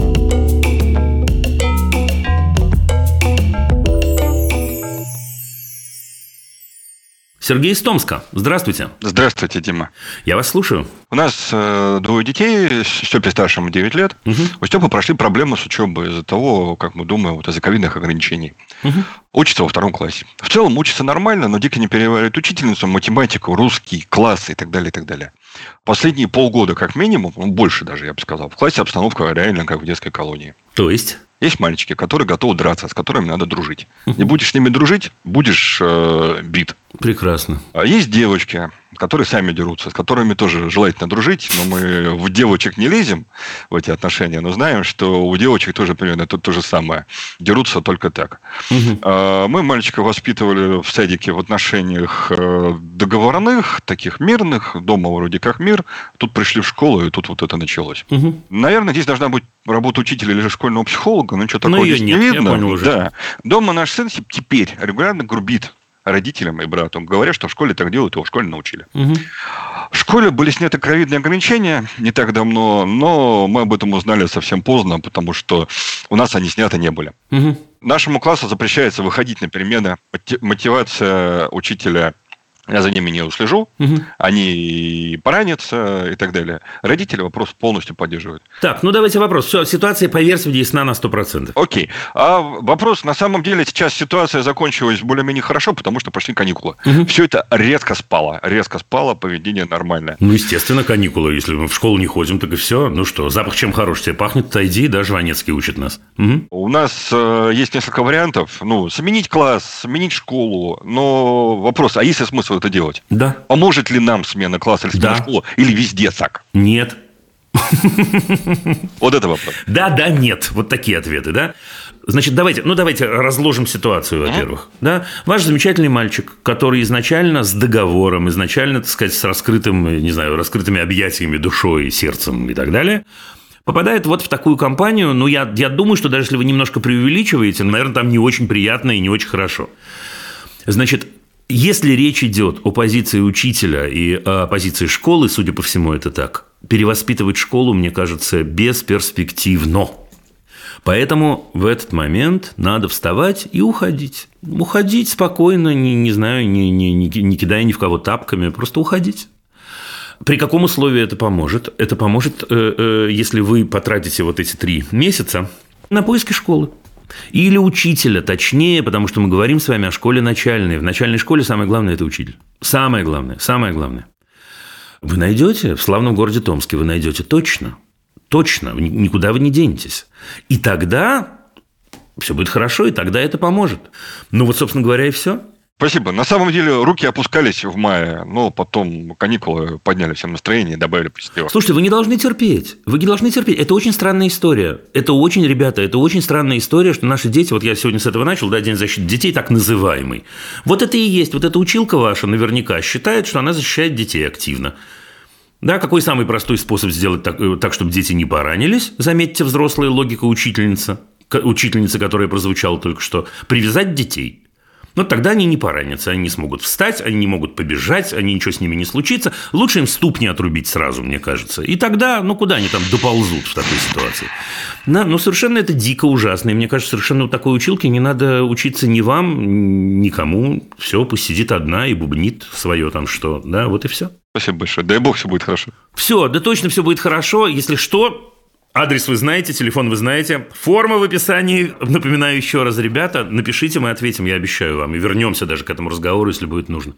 Сергей из Томска. Здравствуйте. Здравствуйте, Дима. Я вас слушаю. У нас двое детей, Степе старшему 9 лет. У Степы прошли проблемы с учебой из-за того, как мы думаем, из-за ковидных ограничений. Учится во 2 классе. В целом учится нормально, но дико не переваривает учительницу, математику, русский, классы и так далее, и так далее. Последние полгода, как минимум, больше даже, я бы сказал, в классе обстановка реально как в детской колонии. То есть? Есть мальчики, которые готовы драться, с которыми надо дружить. Не будешь с ними дружить, будешь бит. Прекрасно. А есть девочки, которые сами дерутся, с которыми тоже желательно дружить, но мы в девочек не лезем, в эти отношения, но знаем, что у девочек тоже примерно то же самое. Дерутся только так. Мы мальчика воспитывали в садике в отношениях договорных, таких мирных, дома вроде как мир. Тут пришли в школу, и тут вот это началось. Наверное, здесь должна быть работа учителя или же школьного психолога, но ничего такого здесь не видно. Я понял уже. Да. Дома наш сын теперь регулярно грубит родителям и брату, говоря, что в школе так делают, его в школе научили. В школе были сняты ковидные ограничения не так давно, но мы об этом узнали совсем поздно, потому что у нас они сняты не были. Нашему классу запрещается выходить на перемены. Мотивация учителя, я за ними не услежу, они поранятся и так далее. Родители вопрос полностью поддерживают. Так, давайте вопрос. Все, ситуация по версии ясна на 100%. Окей. А вопрос, на самом деле, сейчас ситуация закончилась более-менее хорошо, потому что пошли каникулы. Все это резко спало, поведение нормальное. Естественно, каникулы. Если мы в школу не ходим, так и все. Что, запах чем хорош тебе пахнет, отойди, да, Жванецкий учит нас. У нас есть несколько вариантов. Сменить класс, сменить школу. Но вопрос, а есть ли смысл это делать? Да. Поможет ли нам смена класса или смена школы? Или везде так? Нет. Вот это вопрос. Да, нет. Вот такие ответы, да? Значит, давайте разложим ситуацию, во-первых. Да? Ваш замечательный мальчик, который изначально с договором, изначально, так сказать, с раскрытыми объятиями, душой, сердцем и так далее, попадает вот в такую компанию. Ну, я думаю, что даже если вы немножко преувеличиваете, наверное, там не очень приятно и не очень хорошо. Значит, если речь идет о позиции учителя и о позиции школы, судя по всему, это так, перевоспитывать школу, мне кажется, бесперспективно. Поэтому в этот момент надо вставать и уходить. Уходить спокойно, не кидая ни в кого тапками, просто уходить. При каком условии это поможет? Это поможет, если вы потратите вот эти 3 месяца на поиски школы. Или учителя, точнее, потому что мы говорим с вами о школе начальной. В начальной школе самое главное – это учитель. Самое главное. Вы найдете в славном городе Томске, вы найдете точно, никуда вы не денетесь. И тогда все будет хорошо, и тогда это поможет. Ну вот, собственно говоря, и все. Спасибо. На самом деле руки опускались в мае, но потом каникулы подняли всем настроение и добавили позитива. Слушайте, вы не должны терпеть. Это очень странная история. Это очень странная история, что наши дети, вот я сегодня с этого начал, да, День защиты детей, так называемый. Вот это и есть. Вот эта училка ваша наверняка считает, что она защищает детей активно. Да, какой самый простой способ сделать так, чтобы дети не поранились? Заметьте, взрослая логика учительницы, которая прозвучала только что, привязать детей. Но тогда они не поранятся, они не смогут встать, они не могут побежать, ничего с ними не случится. Лучше им ступни отрубить сразу, мне кажется. И тогда, куда они там доползут в такой ситуации? Совершенно это дико ужасно. И мне кажется, совершенно у такой училки не надо учиться ни вам, никому. Все, пусть сидит одна и бубнит свое там что. Да, вот и все. Спасибо большое. Дай бог, все будет хорошо. Все, да точно все будет хорошо. Если что... Адрес вы знаете, телефон вы знаете. Форма в описании. Напоминаю еще раз, ребята, напишите, мы ответим, я обещаю вам. И вернемся даже к этому разговору, если будет нужно.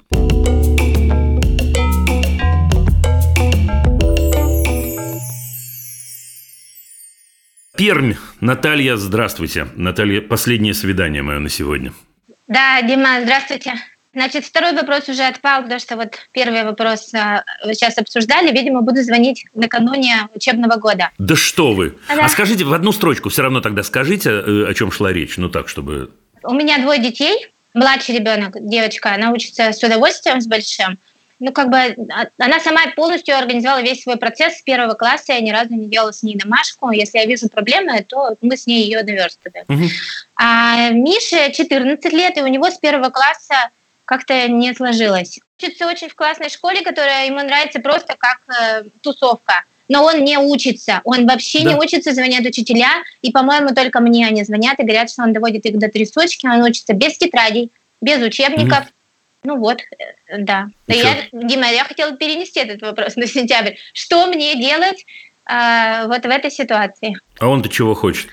Пермь. Наталья, здравствуйте. Наталья, последнее свидание мое на сегодня. Да, Дима, здравствуйте. Значит, второй вопрос уже отпал, потому что вот первый вопрос сейчас обсуждали. Видимо, буду звонить накануне учебного года. Да что вы! Да. А скажите, в одну строчку все равно тогда скажите, о чем шла речь, так, чтобы... У меня 2 детей. Младший ребенок, девочка, она учится с удовольствием, с большим. Она сама полностью организовала весь свой процесс с 1 класса. Я ни разу не делала с ней домашку. Если я вижу проблемы, то мы с ней ее наверстываем. Угу. А Мише 14 лет, и у него с 1 класса как-то не сложилось. Учится очень в классной школе, которая ему нравится просто как тусовка. Но он не учится. Он вообще не учится, звонят учителя. И, по-моему, только мне они звонят и говорят, что он доводит их до трясучки. Он учится без тетрадей, без учебников. Да. Дима, я хотела перенести этот вопрос на сентябрь. Что мне делать вот в этой ситуации? А он-то чего хочет?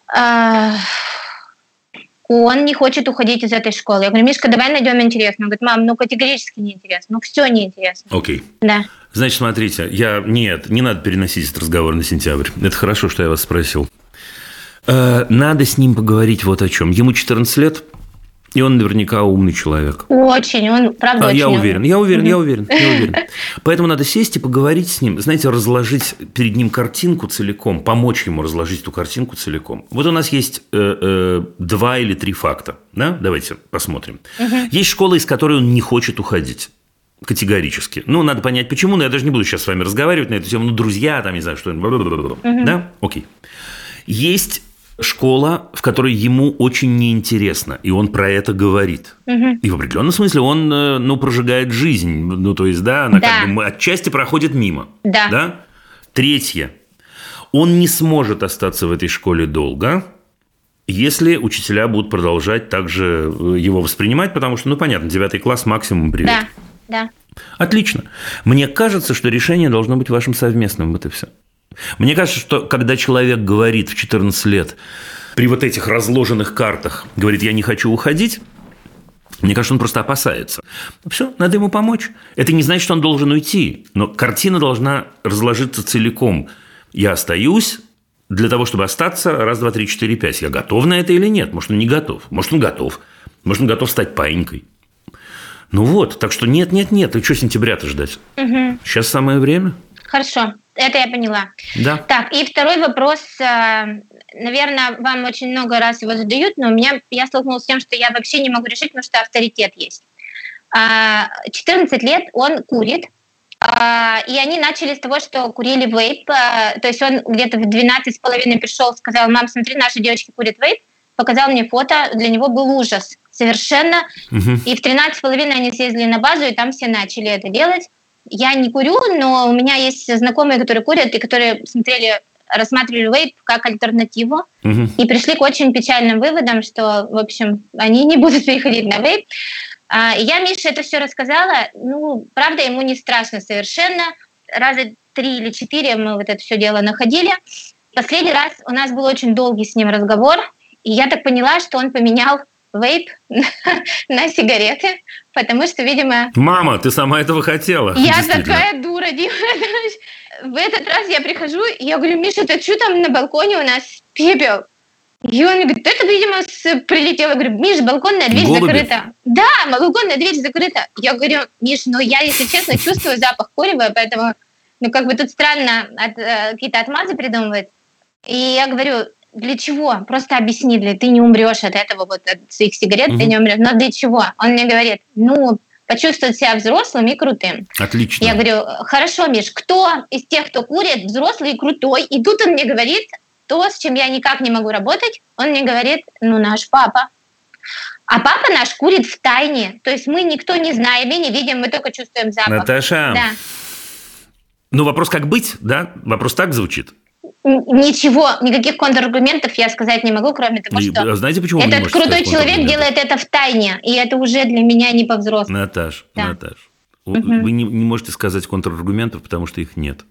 Он не хочет уходить из этой школы. Я говорю, Мишка, давай найдем интересно. Он говорит, мам, категорически неинтересно. Все неинтересно. Окей. Да. Значит, смотрите, не надо переносить этот разговор на сентябрь. Это хорошо, что я вас спросил. Надо с ним поговорить вот о чем. Ему 14 лет, и он наверняка умный человек. Очень, он правда очень умный. Я уверен. Поэтому надо сесть и поговорить с ним. Знаете, разложить перед ним картинку целиком, помочь ему разложить эту картинку целиком. Вот у нас есть 2 или 3 факта. Да? Давайте посмотрим. Есть школа, из которой он не хочет уходить. Категорически. Надо понять, почему. Но я даже не буду сейчас с вами разговаривать на эту тему. Друзья, там, не знаю, что. Да? Окей. Есть школа, в которой ему очень неинтересно, и он про это говорит. И в определенном смысле он, прожигает жизнь. То есть, да, она как бы отчасти проходит мимо. Да. Третье. Он не сможет остаться в этой школе долго, если учителя будут продолжать также его воспринимать, потому что, понятно, 9 класс максимум привет. Да. Отлично. Мне кажется, что решение должно быть вашим совместным. Вот и все. Мне кажется, что когда человек говорит в 14 лет при вот этих разложенных картах, говорит, я не хочу уходить, мне кажется, он просто опасается. Все, надо ему помочь. Это не значит, что он должен уйти, но картина должна разложиться целиком. Я остаюсь для того, чтобы остаться 1, 2, 3, 4, 5. Я готов на это или нет? Может, он не готов. Может, он готов. Может, он готов стать паинькой. Так что нет. И что сентября-то ждать? Сейчас самое время. Хорошо. Это я поняла. Да. Так, и второй вопрос. Наверное, вам очень много раз его задают, но я столкнулась с тем, что я вообще не могу решить, потому что авторитет есть. 14 лет он курит, и они начали с того, что курили вейп. То есть он где-то в 12,5 пришел, сказал: мам, смотри, наши девочки курят вейп. Показал мне фото, для него был ужас совершенно. И в 13,5 они съездили на базу, и там все начали это делать. Я не курю, но у меня есть знакомые, которые курят, и которые рассматривали вейп как альтернативу, и пришли к очень печальным выводам, что, в общем, они не будут переходить на вейп. И я Мише это все рассказала. Правда, ему не страшно совершенно. Раза 3 или 4 мы вот это все дело находили. Последний раз у нас был очень долгий с ним разговор, и я так поняла, что он поменял вейп на сигареты, потому что, видимо... Мама, ты сама этого хотела. Я такая дура, Дима. В этот раз я прихожу, и я говорю: Миша, это что там на балконе у нас пепел? И он говорит: это, видимо, прилетело. Я говорю: Миш, балконная дверь закрыта. Да, балконная дверь закрыта. Я говорю: Миш, я, если честно, чувствую запах курева, поэтому, тут странно какие-то отмазы придумывать. И я говорю: для чего? Просто объясни, ты не умрешь от этого, от своих сигарет, ты не умрешь. Но для чего? Он мне говорит: почувствовать себя взрослым и крутым. Отлично. Я говорю: хорошо, Миш, кто из тех, кто курит, взрослый и крутой? И тут он мне говорит то, с чем я никак не могу работать. Он мне говорит: наш папа. А папа наш курит в тайне. То есть мы никто не знаем и не видим, мы только чувствуем запах. Наташа, вопрос как быть, да? Вопрос так звучит? Ничего, никаких контраргументов я сказать не могу, кроме того, что знаете, почему этот крутой человек делает это в тайне, и это уже для меня не по-взрослому. Наташ, вы не можете сказать контраргументов, потому что их нет.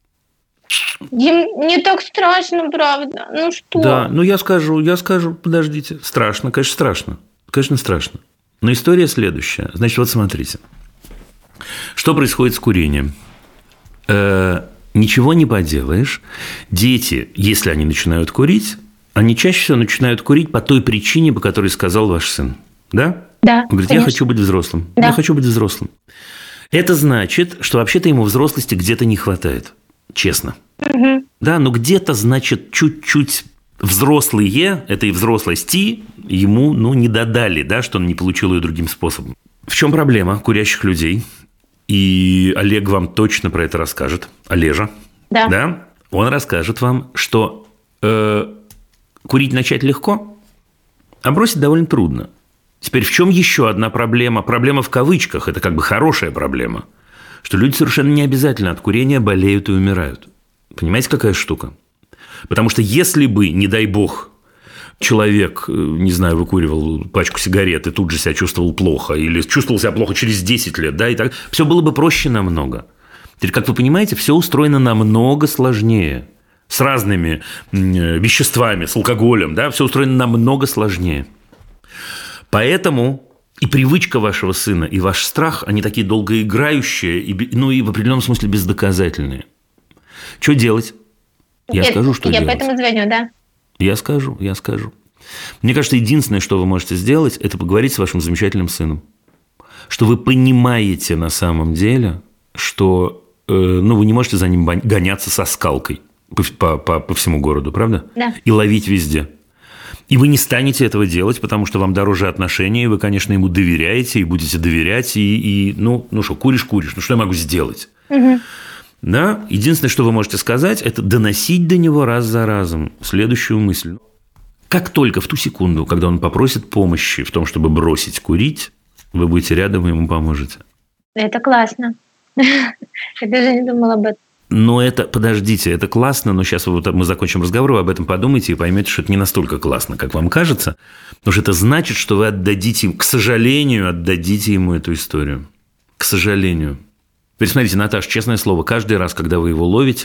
Дим, не так страшно, правда. Что? Да, я скажу, подождите. Страшно, конечно, страшно. Конечно, страшно. Но история следующая. Значит, вот смотрите. Что происходит с курением? Ничего не поделаешь. Дети, если они начинают курить, они чаще всего начинают курить по той причине, по которой сказал ваш сын. Да? Да. Он говорит: конечно. Я хочу быть взрослым. Да. Я хочу быть взрослым. Это значит, что вообще-то ему взрослости где-то не хватает. Честно. Угу. Да, но где-то, значит, чуть-чуть взрослые, этой взрослости ему, не додали, да, что он не получил ее другим способом. В чем проблема курящих людей? И Олег вам точно про это расскажет. Олежа. Да. Он расскажет вам, что курить начать легко, а бросить довольно трудно. Теперь в чем еще одна проблема? Проблема в кавычках. Это как бы хорошая проблема. Что люди совершенно не обязательно от курения болеют и умирают. Понимаете, какая штука? Потому что если бы, не дай бог, человек, не знаю, выкуривал пачку сигарет и тут же себя чувствовал плохо, или чувствовал себя плохо через 10 лет, да, и так, все было бы проще намного. Теперь, как вы понимаете, все устроено намного сложнее. С разными веществами, с алкоголем, да, все устроено намного сложнее. Поэтому и привычка вашего сына, и ваш страх, они такие долгоиграющие, и в определенном смысле бездоказательные. Что делать? Я скажу, что делать. Я поэтому звоню, да? Я скажу. Мне кажется, единственное, что вы можете сделать, это поговорить с вашим замечательным сыном. Что вы понимаете на самом деле, что вы не можете за ним гоняться со скалкой по всему городу, правда? Да. И ловить везде. И вы не станете этого делать, потому что вам дороже отношения, и вы, конечно, ему доверяете, и будете доверять, куришь, что я могу сделать? Угу. Да? Единственное, что вы можете сказать, это доносить до него раз за разом следующую мысль. Как только в ту секунду, когда он попросит помощи в том, чтобы бросить курить, вы будете рядом и ему поможете. Это классно. Я даже не думала об этом. Но подождите, это классно, но сейчас мы закончим разговор, вы об этом подумайте и поймете, что это не настолько классно, как вам кажется, потому что это значит, что вы к сожалению, отдадите ему эту историю. К сожалению. Теперь смотрите, Наташа, честное слово, каждый раз, когда вы его ловите,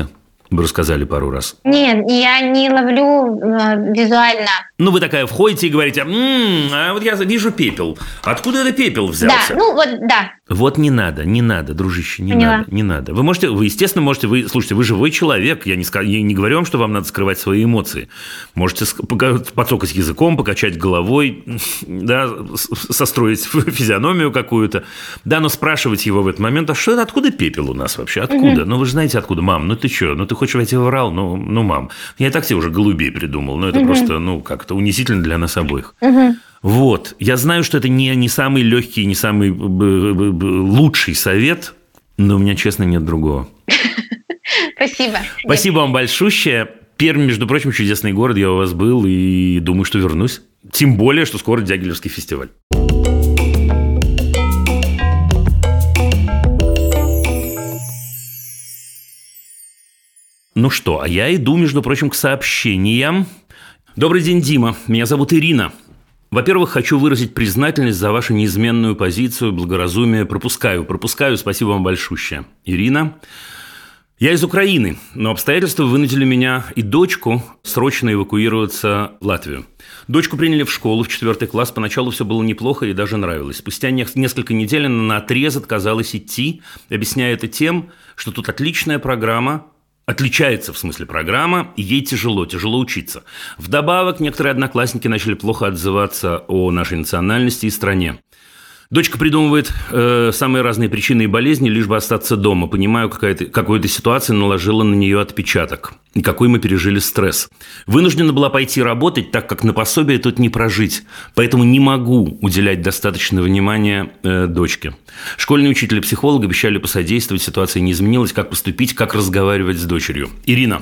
Вы рассказали пару раз. Нет, я не ловлю визуально. Ну, вы такая входите и говорите, а вот я вижу пепел. Откуда этот пепел взялся? Да. Вот не надо, дружище, не надо. Вы, естественно, можете, слушайте, вы живой человек, я не говорю вам, что вам надо скрывать свои эмоции. Можете подцокать языком, покачать головой, да, состроить физиономию какую-то, да, но спрашивать его в этот момент, а откуда пепел у нас вообще, откуда? Ну, вы же знаете, откуда, мам, ты что, ты хочешь войти в Урал? Ну, мам, я и так тебе уже голубей придумал, это просто, как-то унизительно для нас обоих. Вот. Я знаю, что это не самый легкий, не самый лучший совет, но у меня, честно, нет другого. Спасибо. Спасибо вам большущее. Пермь, между прочим, чудесный город. Я у вас был и думаю, что вернусь. Тем более, что скоро Дягилевский фестиваль. Ну что, а я иду, между прочим, к сообщениям. Добрый день, Дима. Меня зовут Ирина. Во-первых, хочу выразить признательность за вашу неизменную позицию, благоразумие. Пропускаю. Спасибо вам большущее. Ирина. Я из Украины, но обстоятельства вынудили меня и дочку срочно эвакуироваться в Латвию. Дочку приняли в школу в 4 класс. Поначалу все было неплохо и даже нравилось. Спустя несколько недель она наотрез отказалась идти, объясняя это тем, что тут отличная программа, отличается, в смысле, программа, и ей тяжело учиться. Вдобавок, некоторые одноклассники начали плохо отзываться о нашей национальности и стране. Дочка придумывает самые разные причины и болезни, лишь бы остаться дома. Понимаю, какая-то ситуация наложила на нее отпечаток. И какой мы пережили стресс. Вынуждена была пойти работать, так как на пособие тут не прожить. Поэтому не могу уделять достаточно внимания дочке. Школьный учитель и психолог обещали посодействовать. Ситуация не изменилась. Как поступить, как разговаривать с дочерью. Ирина.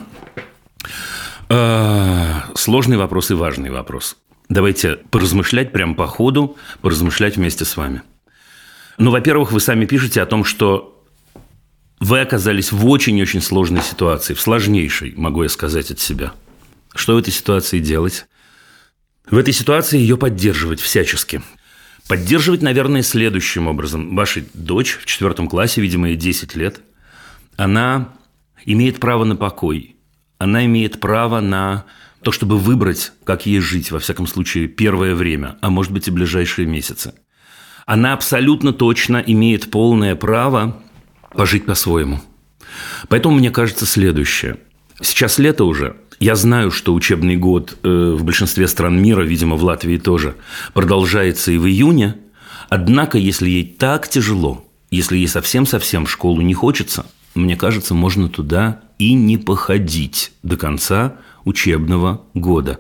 Сложный вопрос и важный вопрос. Давайте поразмышлять прямо по ходу, поразмышлять вместе с вами. Во-первых, вы сами пишете о том, что вы оказались в очень-очень сложной ситуации, в сложнейшей, могу я сказать от себя. Что в этой ситуации делать? В этой ситуации ее поддерживать всячески. Поддерживать, наверное, следующим образом. Ваша дочь в 4 классе, видимо, ей 10 лет, она имеет право на покой, она имеет право на то, чтобы выбрать, как ей жить, во всяком случае, первое время, а может быть и ближайшие месяцы. Она абсолютно точно имеет полное право пожить по-своему. Поэтому мне кажется следующее. Сейчас лето уже. Я знаю, что учебный год в большинстве стран мира, видимо, в Латвии тоже, продолжается и в июне. Однако, если ей так тяжело, если ей совсем-совсем в школу не хочется, мне кажется, можно туда и не походить до конца учебного года.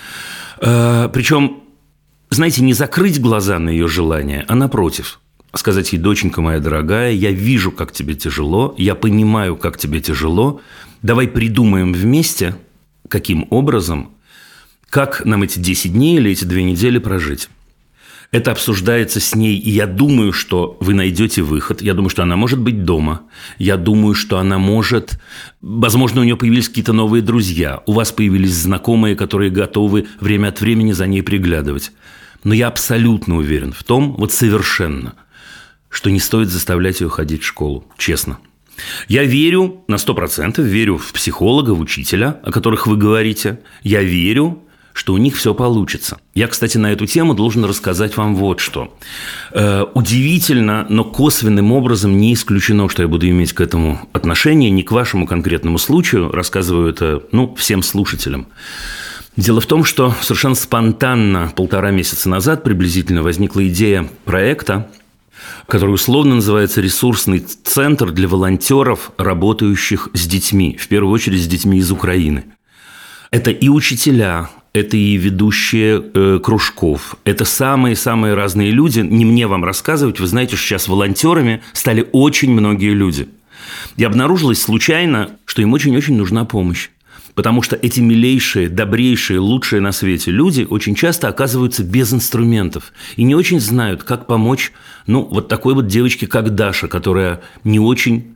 Причем, знаете, не закрыть глаза на ее желание, а напротив, сказать ей: доченька моя дорогая, я вижу, как тебе тяжело, я понимаю, как тебе тяжело, давай придумаем вместе, каким образом, как нам эти 10 дней или эти 2 недели прожить. Это обсуждается с ней, и я думаю, что вы найдете выход. Я думаю, что она может быть дома. Я думаю, что она может... Возможно, у нее появились какие-то новые друзья. У вас появились знакомые, которые готовы время от времени за ней приглядывать. Но я абсолютно уверен в том, вот совершенно, что не стоит заставлять ее ходить в школу. Честно. Я верю на 100%, верю в психолога, в учителя, о которых вы говорите. Я верю, что у них все получится. Я, кстати, на эту тему должен рассказать вам вот что. Удивительно, но косвенным образом не исключено, что я буду иметь к этому отношение, не к вашему конкретному случаю. Рассказываю это, всем слушателям. Дело в том, что совершенно спонтанно 1,5 месяца назад приблизительно возникла идея проекта, который условно называется «Ресурсный центр для волонтеров, работающих с детьми», в первую очередь с детьми из Украины. Это и учителя, это и ведущие кружков, это самые-самые разные люди. Не мне вам рассказывать, вы знаете, что сейчас волонтерами стали очень многие люди. И обнаружилось случайно, что им очень-очень нужна помощь. Потому что эти милейшие, добрейшие, лучшие на свете люди очень часто оказываются без инструментов и не очень знают, как помочь, вот такой вот девочке, как Даша, которая не очень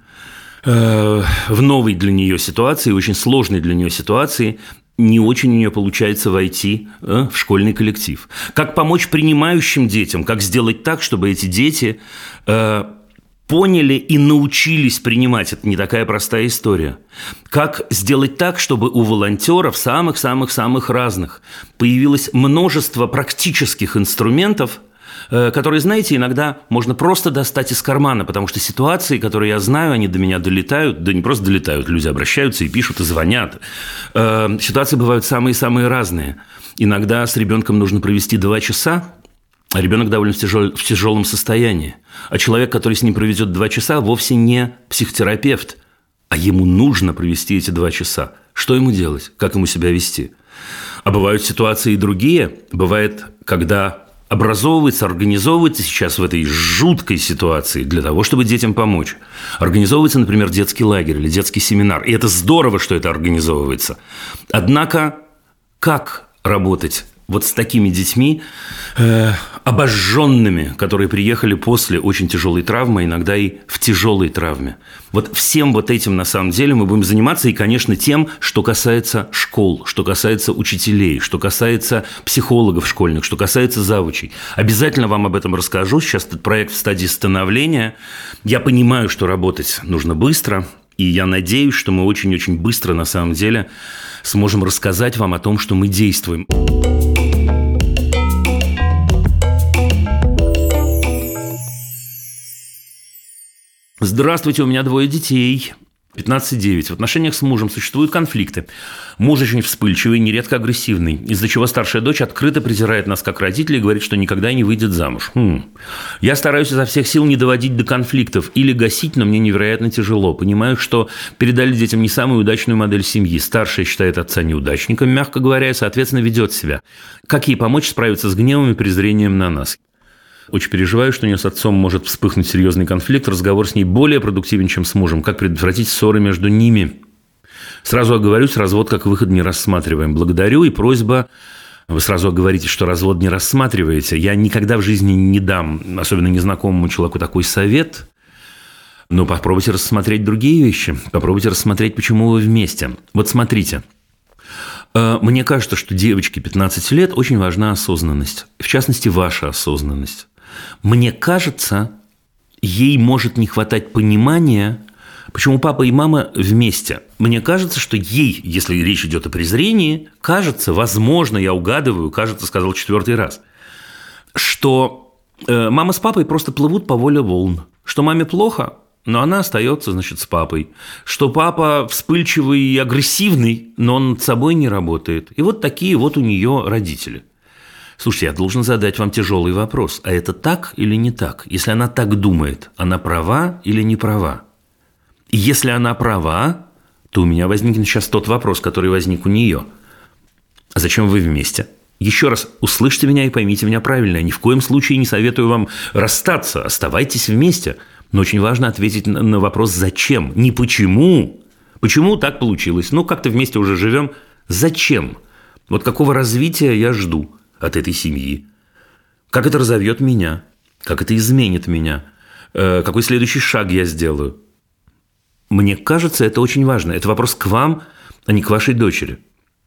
в новой для нее ситуации, очень сложной для нее ситуации, не очень у нее получается войти в школьный коллектив. Как помочь принимающим детям, как сделать так, чтобы эти дети поняли и научились принимать. Это не такая простая история. Как сделать так, чтобы у волонтеров самых-самых-самых разных появилось множество практических инструментов, которые, знаете, иногда можно просто достать из кармана, потому что ситуации, которые я знаю, они до меня долетают, да не просто долетают, люди обращаются и пишут, и звонят. Ситуации бывают самые-самые разные. Иногда с ребенком нужно провести 2 часа, а ребенок довольно в тяжелом состоянии. А человек, который с ним проведет 2 часа, вовсе не психотерапевт, а ему нужно провести эти 2 часа. Что ему делать? Как ему себя вести? А бывают ситуации и другие. Бывает, когда организовывается сейчас в этой жуткой ситуации для того, чтобы детям помочь. Организовывается, например, детский лагерь или детский семинар. И это здорово, что это организовывается. Однако, как работать вот с такими детьми, обожженными, которые приехали после очень тяжелой травмы, иногда и в тяжелой травме. Вот всем вот этим на самом деле мы будем заниматься, и, конечно, тем, что касается школ, что касается учителей, что касается психологов школьных, что касается завучей. Обязательно вам об этом расскажу. Сейчас этот проект в стадии становления. Я понимаю, что работать нужно быстро, и я надеюсь, что мы очень-очень быстро на самом деле сможем рассказать вам о том, что мы действуем. Здравствуйте, у меня 2 детей, 15 и 9. В отношениях с мужем существуют конфликты. Муж очень вспыльчивый, нередко агрессивный, из-за чего старшая дочь открыто презирает нас как родителей и говорит, что никогда не выйдет замуж. Я стараюсь изо всех сил не доводить до конфликтов или гасить, но мне невероятно тяжело. Понимаю, что передали детям не самую удачную модель семьи. Старшая считает отца неудачником, мягко говоря, и, соответственно, ведет себя. Как ей помочь справиться с гневом и презрением на нас? Очень переживаю, что у нее с отцом может вспыхнуть серьезный конфликт. Разговор с ней более продуктивен, чем с мужем. Как предотвратить ссоры между ними? Сразу оговорюсь, развод как выход не рассматриваем. Благодарю, и просьба... Вы сразу оговорите, что развод не рассматриваете. Я никогда в жизни не дам, особенно незнакомому человеку, такой совет. Но попробуйте рассмотреть другие вещи. Попробуйте рассмотреть, почему вы вместе. Вот смотрите. Мне кажется, что девочке 15 лет очень важна осознанность. В частности, ваша осознанность. Мне кажется, ей может не хватать понимания, почему папа и мама вместе. Мне кажется, что ей, если речь идет о презрении, кажется, возможно, я угадываю, кажется, сказал 4-й раз, что мама с папой просто плывут по воле волн. Что маме плохо, но она остается, значит, с папой. Что папа вспыльчивый и агрессивный, но он над собой не работает. И вот такие вот у нее родители. Слушайте, я должен задать вам тяжелый вопрос. А это так или не так? Если она так думает, она права или не права? И если она права, то у меня возникнет сейчас тот вопрос, который возник у нее. А зачем вы вместе? Еще раз, услышьте меня и поймите меня правильно. Я ни в коем случае не советую вам расстаться. Оставайтесь вместе. Но очень важно ответить на вопрос «зачем?». Не «почему?». Почему так получилось? Ну, как-то вместе уже живем. Зачем? Вот какого развития я жду от этой семьи? Как это разовьет меня? Как это изменит меня? Какой следующий шаг я сделаю? Мне кажется, это очень важно. Это вопрос к вам, а не к вашей дочери.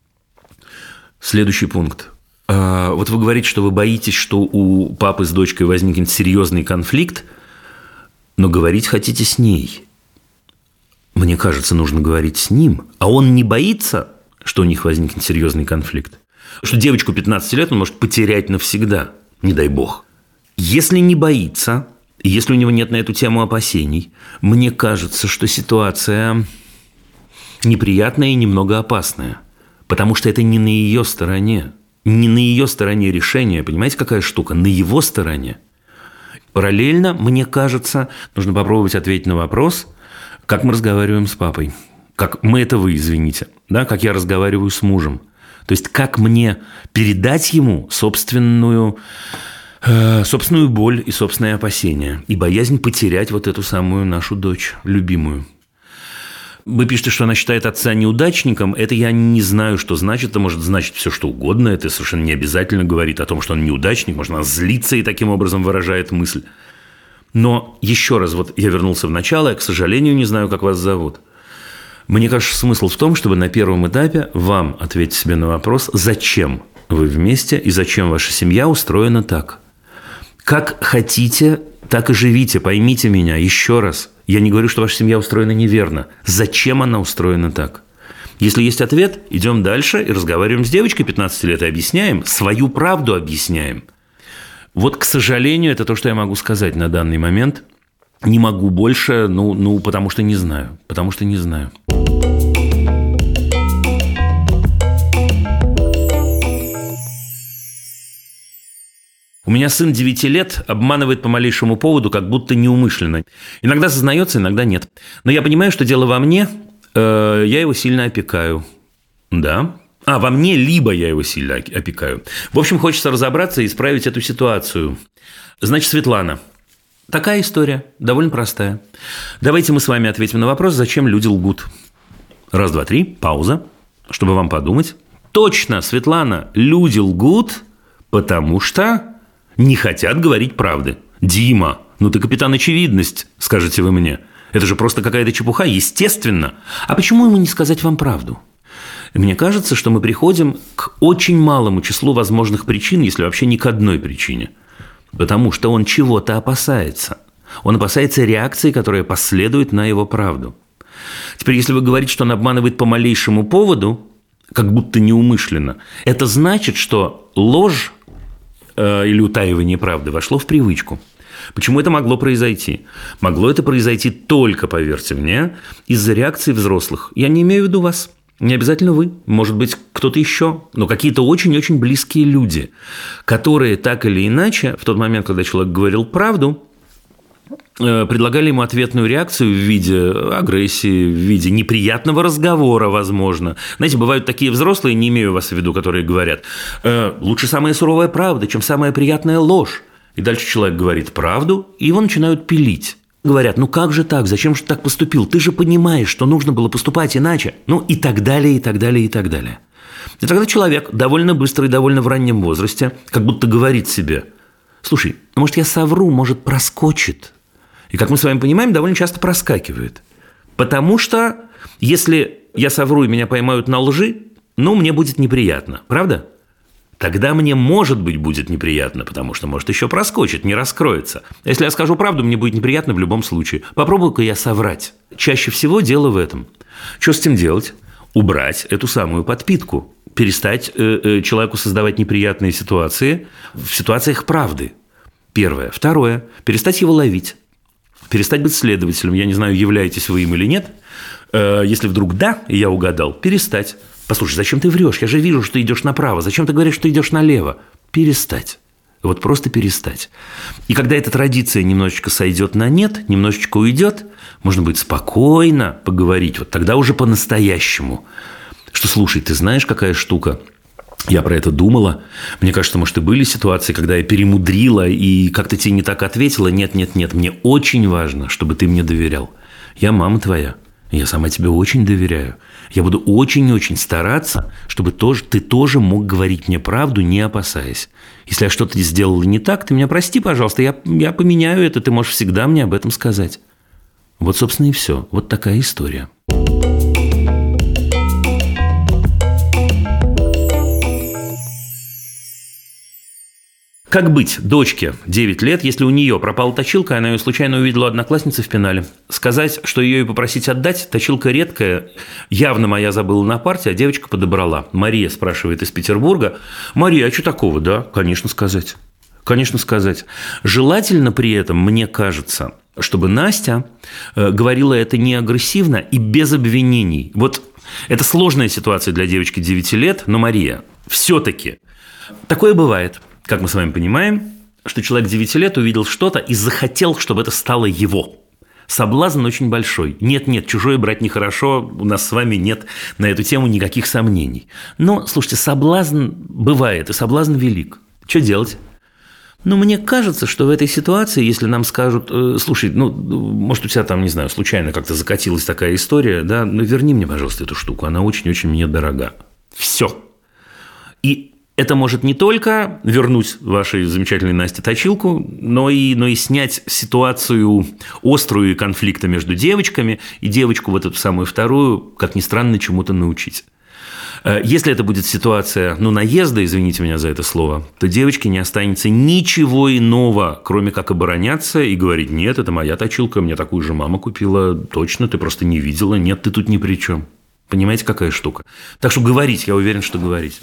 Следующий пункт. Вот вы говорите, что вы боитесь, что у папы с дочкой возникнет серьезный конфликт, но говорить хотите с ней. Мне кажется, нужно говорить с ним. А он не боится, что у них возникнет серьезный конфликт? Что девочку 15 лет он может потерять навсегда, не дай бог. Если не боится, и если у него нет на эту тему опасений, мне кажется, что ситуация неприятная и немного опасная. Потому что это не на ее стороне. Не на ее стороне решение. Понимаете, какая штука? На его стороне. Параллельно, мне кажется, нужно попробовать ответить на вопрос, как мы разговариваем с папой. Как мы это вы, извините. Да? Как я разговариваю с мужем. То есть, как мне передать ему собственную боль и собственные опасения. И боязнь потерять вот эту самую нашу дочь, любимую. Вы пишете, что она считает отца неудачником. Это я не знаю, что значит. Это может значить все, что угодно. Это совершенно не обязательно говорит о том, что он неудачник. Может, она злится и таким образом выражает мысль. Но еще раз, вот я вернулся в начало. Я, к сожалению, не знаю, как вас зовут. Мне кажется, смысл в том, чтобы на первом этапе вам ответить себе на вопрос, зачем вы вместе и зачем ваша семья устроена так. Как хотите Так и живите, поймите меня еще раз. Я не говорю, что ваша семья устроена неверно. Зачем она устроена так? Если есть ответ, идем дальше и разговариваем с девочкой 15 лет и объясняем, свою правду объясняем. Вот, к сожалению, это то, что я могу сказать на данный момент. Не могу больше, потому что не знаю. Потому что не знаю. У меня сын 9 лет обманывает по малейшему поводу, как будто неумышленно. Иногда сознается, иногда нет. Но я понимаю, что дело во мне, я его сильно опекаю. Да. Во мне, либо я его сильно опекаю. В общем, хочется разобраться и исправить эту ситуацию. Значит, Светлана, такая история, довольно простая. Давайте мы с вами ответим на вопрос, зачем люди лгут. 1, 2, 3, пауза, чтобы вам подумать. Точно, Светлана, люди лгут, потому что не хотят говорить правды. Дима, ты капитан очевидность, скажете вы мне. Это же просто какая-то чепуха, естественно. А почему ему не сказать вам правду? Мне кажется, что мы приходим к очень малому числу возможных причин, если вообще ни к одной причине. Потому что он чего-то опасается. Он опасается реакции, которая последует на его правду. Теперь, если вы говорите, что он обманывает по малейшему поводу, как будто неумышленно, это значит, что ложь или утаивание правды вошло в привычку. Почему это могло произойти? Могло это произойти только, поверьте мне, из-за реакции взрослых. Я не имею в виду вас. Не обязательно вы. Может быть, кто-то еще. Но какие-то очень-очень близкие люди, которые так или иначе, в тот момент, когда человек говорил правду, предлагали ему ответную реакцию в виде агрессии, в виде неприятного разговора, возможно. Знаете, бывают такие взрослые, не имею вас в виду, которые говорят, лучше самая суровая правда, чем самая приятная ложь. И дальше человек говорит правду, и его начинают пилить. Говорят, как же так, зачем же ты так поступил? Ты же понимаешь, что нужно было поступать иначе. И так далее, и так далее, и так далее. И тогда человек довольно быстро и довольно в раннем возрасте как будто говорит себе, слушай, может, я совру, может, проскочит. И, как мы с вами понимаем, довольно часто проскакивает. Потому что, если я совру и меня поймают на лжи, мне будет неприятно. Правда? Тогда мне, может быть, будет неприятно, потому что, может, еще проскочит, не раскроется. Если я скажу правду, мне будет неприятно в любом случае. Попробую-ка я соврать. Чаще всего дело в этом. Что с этим делать? Убрать эту самую подпитку. Перестать человеку создавать неприятные ситуации в ситуациях правды. Первое. Второе. Перестать его ловить. Перестать быть следователем. Я не знаю, являетесь вы им или нет. Если вдруг да, и я угадал, перестать. Послушай, зачем ты врешь? Я же вижу, что ты идешь направо. Зачем ты говоришь, что идешь налево? Перестать. Вот просто перестать. И когда эта традиция немножечко сойдет на нет, немножечко уйдет, можно будет спокойно поговорить. Вот тогда уже по-настоящему. Что, слушай, ты знаешь, какая штука? Я про это думала. Мне кажется, может, и были ситуации, когда я перемудрила и как-то тебе не так ответила. Нет, мне очень важно, чтобы ты мне доверял. Я мама твоя. Я сама тебе очень доверяю. Я буду очень-очень стараться, чтобы ты тоже мог говорить мне правду, не опасаясь. Если я что-то сделала не так, ты меня прости, пожалуйста, я поменяю это, ты можешь всегда мне об этом сказать. Вот, собственно, и все. Вот такая история. Как быть дочке 9 лет, если у нее пропала точилка, и она ее случайно увидела у одноклассницы в пенале? Сказать, что ее и попросить отдать? Точилка редкая, явно моя забыла на парте, а девочка подобрала. Мария спрашивает из Петербурга. Мария, а что такого? Да, конечно, сказать. Конечно, сказать. Желательно при этом, мне кажется, чтобы Настя говорила это не агрессивно и без обвинений. Вот это сложная ситуация для девочки 9 лет, но, Мария, все-таки такое бывает. Как мы с вами понимаем, что человек 9 лет увидел что-то и захотел, чтобы это стало его. Соблазн очень большой. Нет, чужое брать нехорошо, у нас с вами нет на эту тему никаких сомнений. Но, слушайте, соблазн бывает, и соблазн велик. Что делать? Мне кажется, что в этой ситуации, если нам скажут, слушай, может, у тебя там, не знаю, случайно как-то закатилась такая история, да, верни мне, пожалуйста, эту штуку, она очень-очень мне дорога. Все. И это может не только вернуть вашей замечательной Насте точилку, но и снять ситуацию острую и конфликта между девочками, и девочку, вот эту самую вторую, как ни странно, чему-то научить. Если это будет ситуация, наезда, извините меня за это слово, то девочке не останется ничего иного, кроме как обороняться и говорить: нет, это моя точилка, мне такую же мама купила, точно, ты просто не видела, нет, ты тут ни при чем. Понимаете, какая штука? Так что говорить, я уверен, что говорить.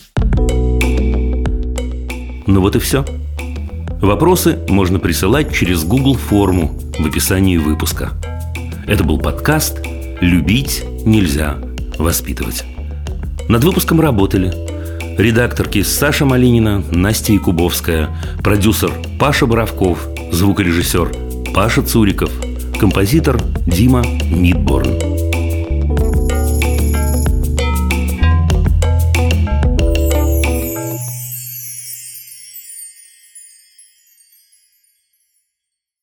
Вот и все. Вопросы можно присылать через Google форму в описании выпуска. Это был подкаст «Любить нельзя воспитывать». Над выпуском работали редакторки Саша Малинина, Настя Якубовская, продюсер Паша Боровков, звукорежиссер Паша Цуриков, композитор Дима Мидборн.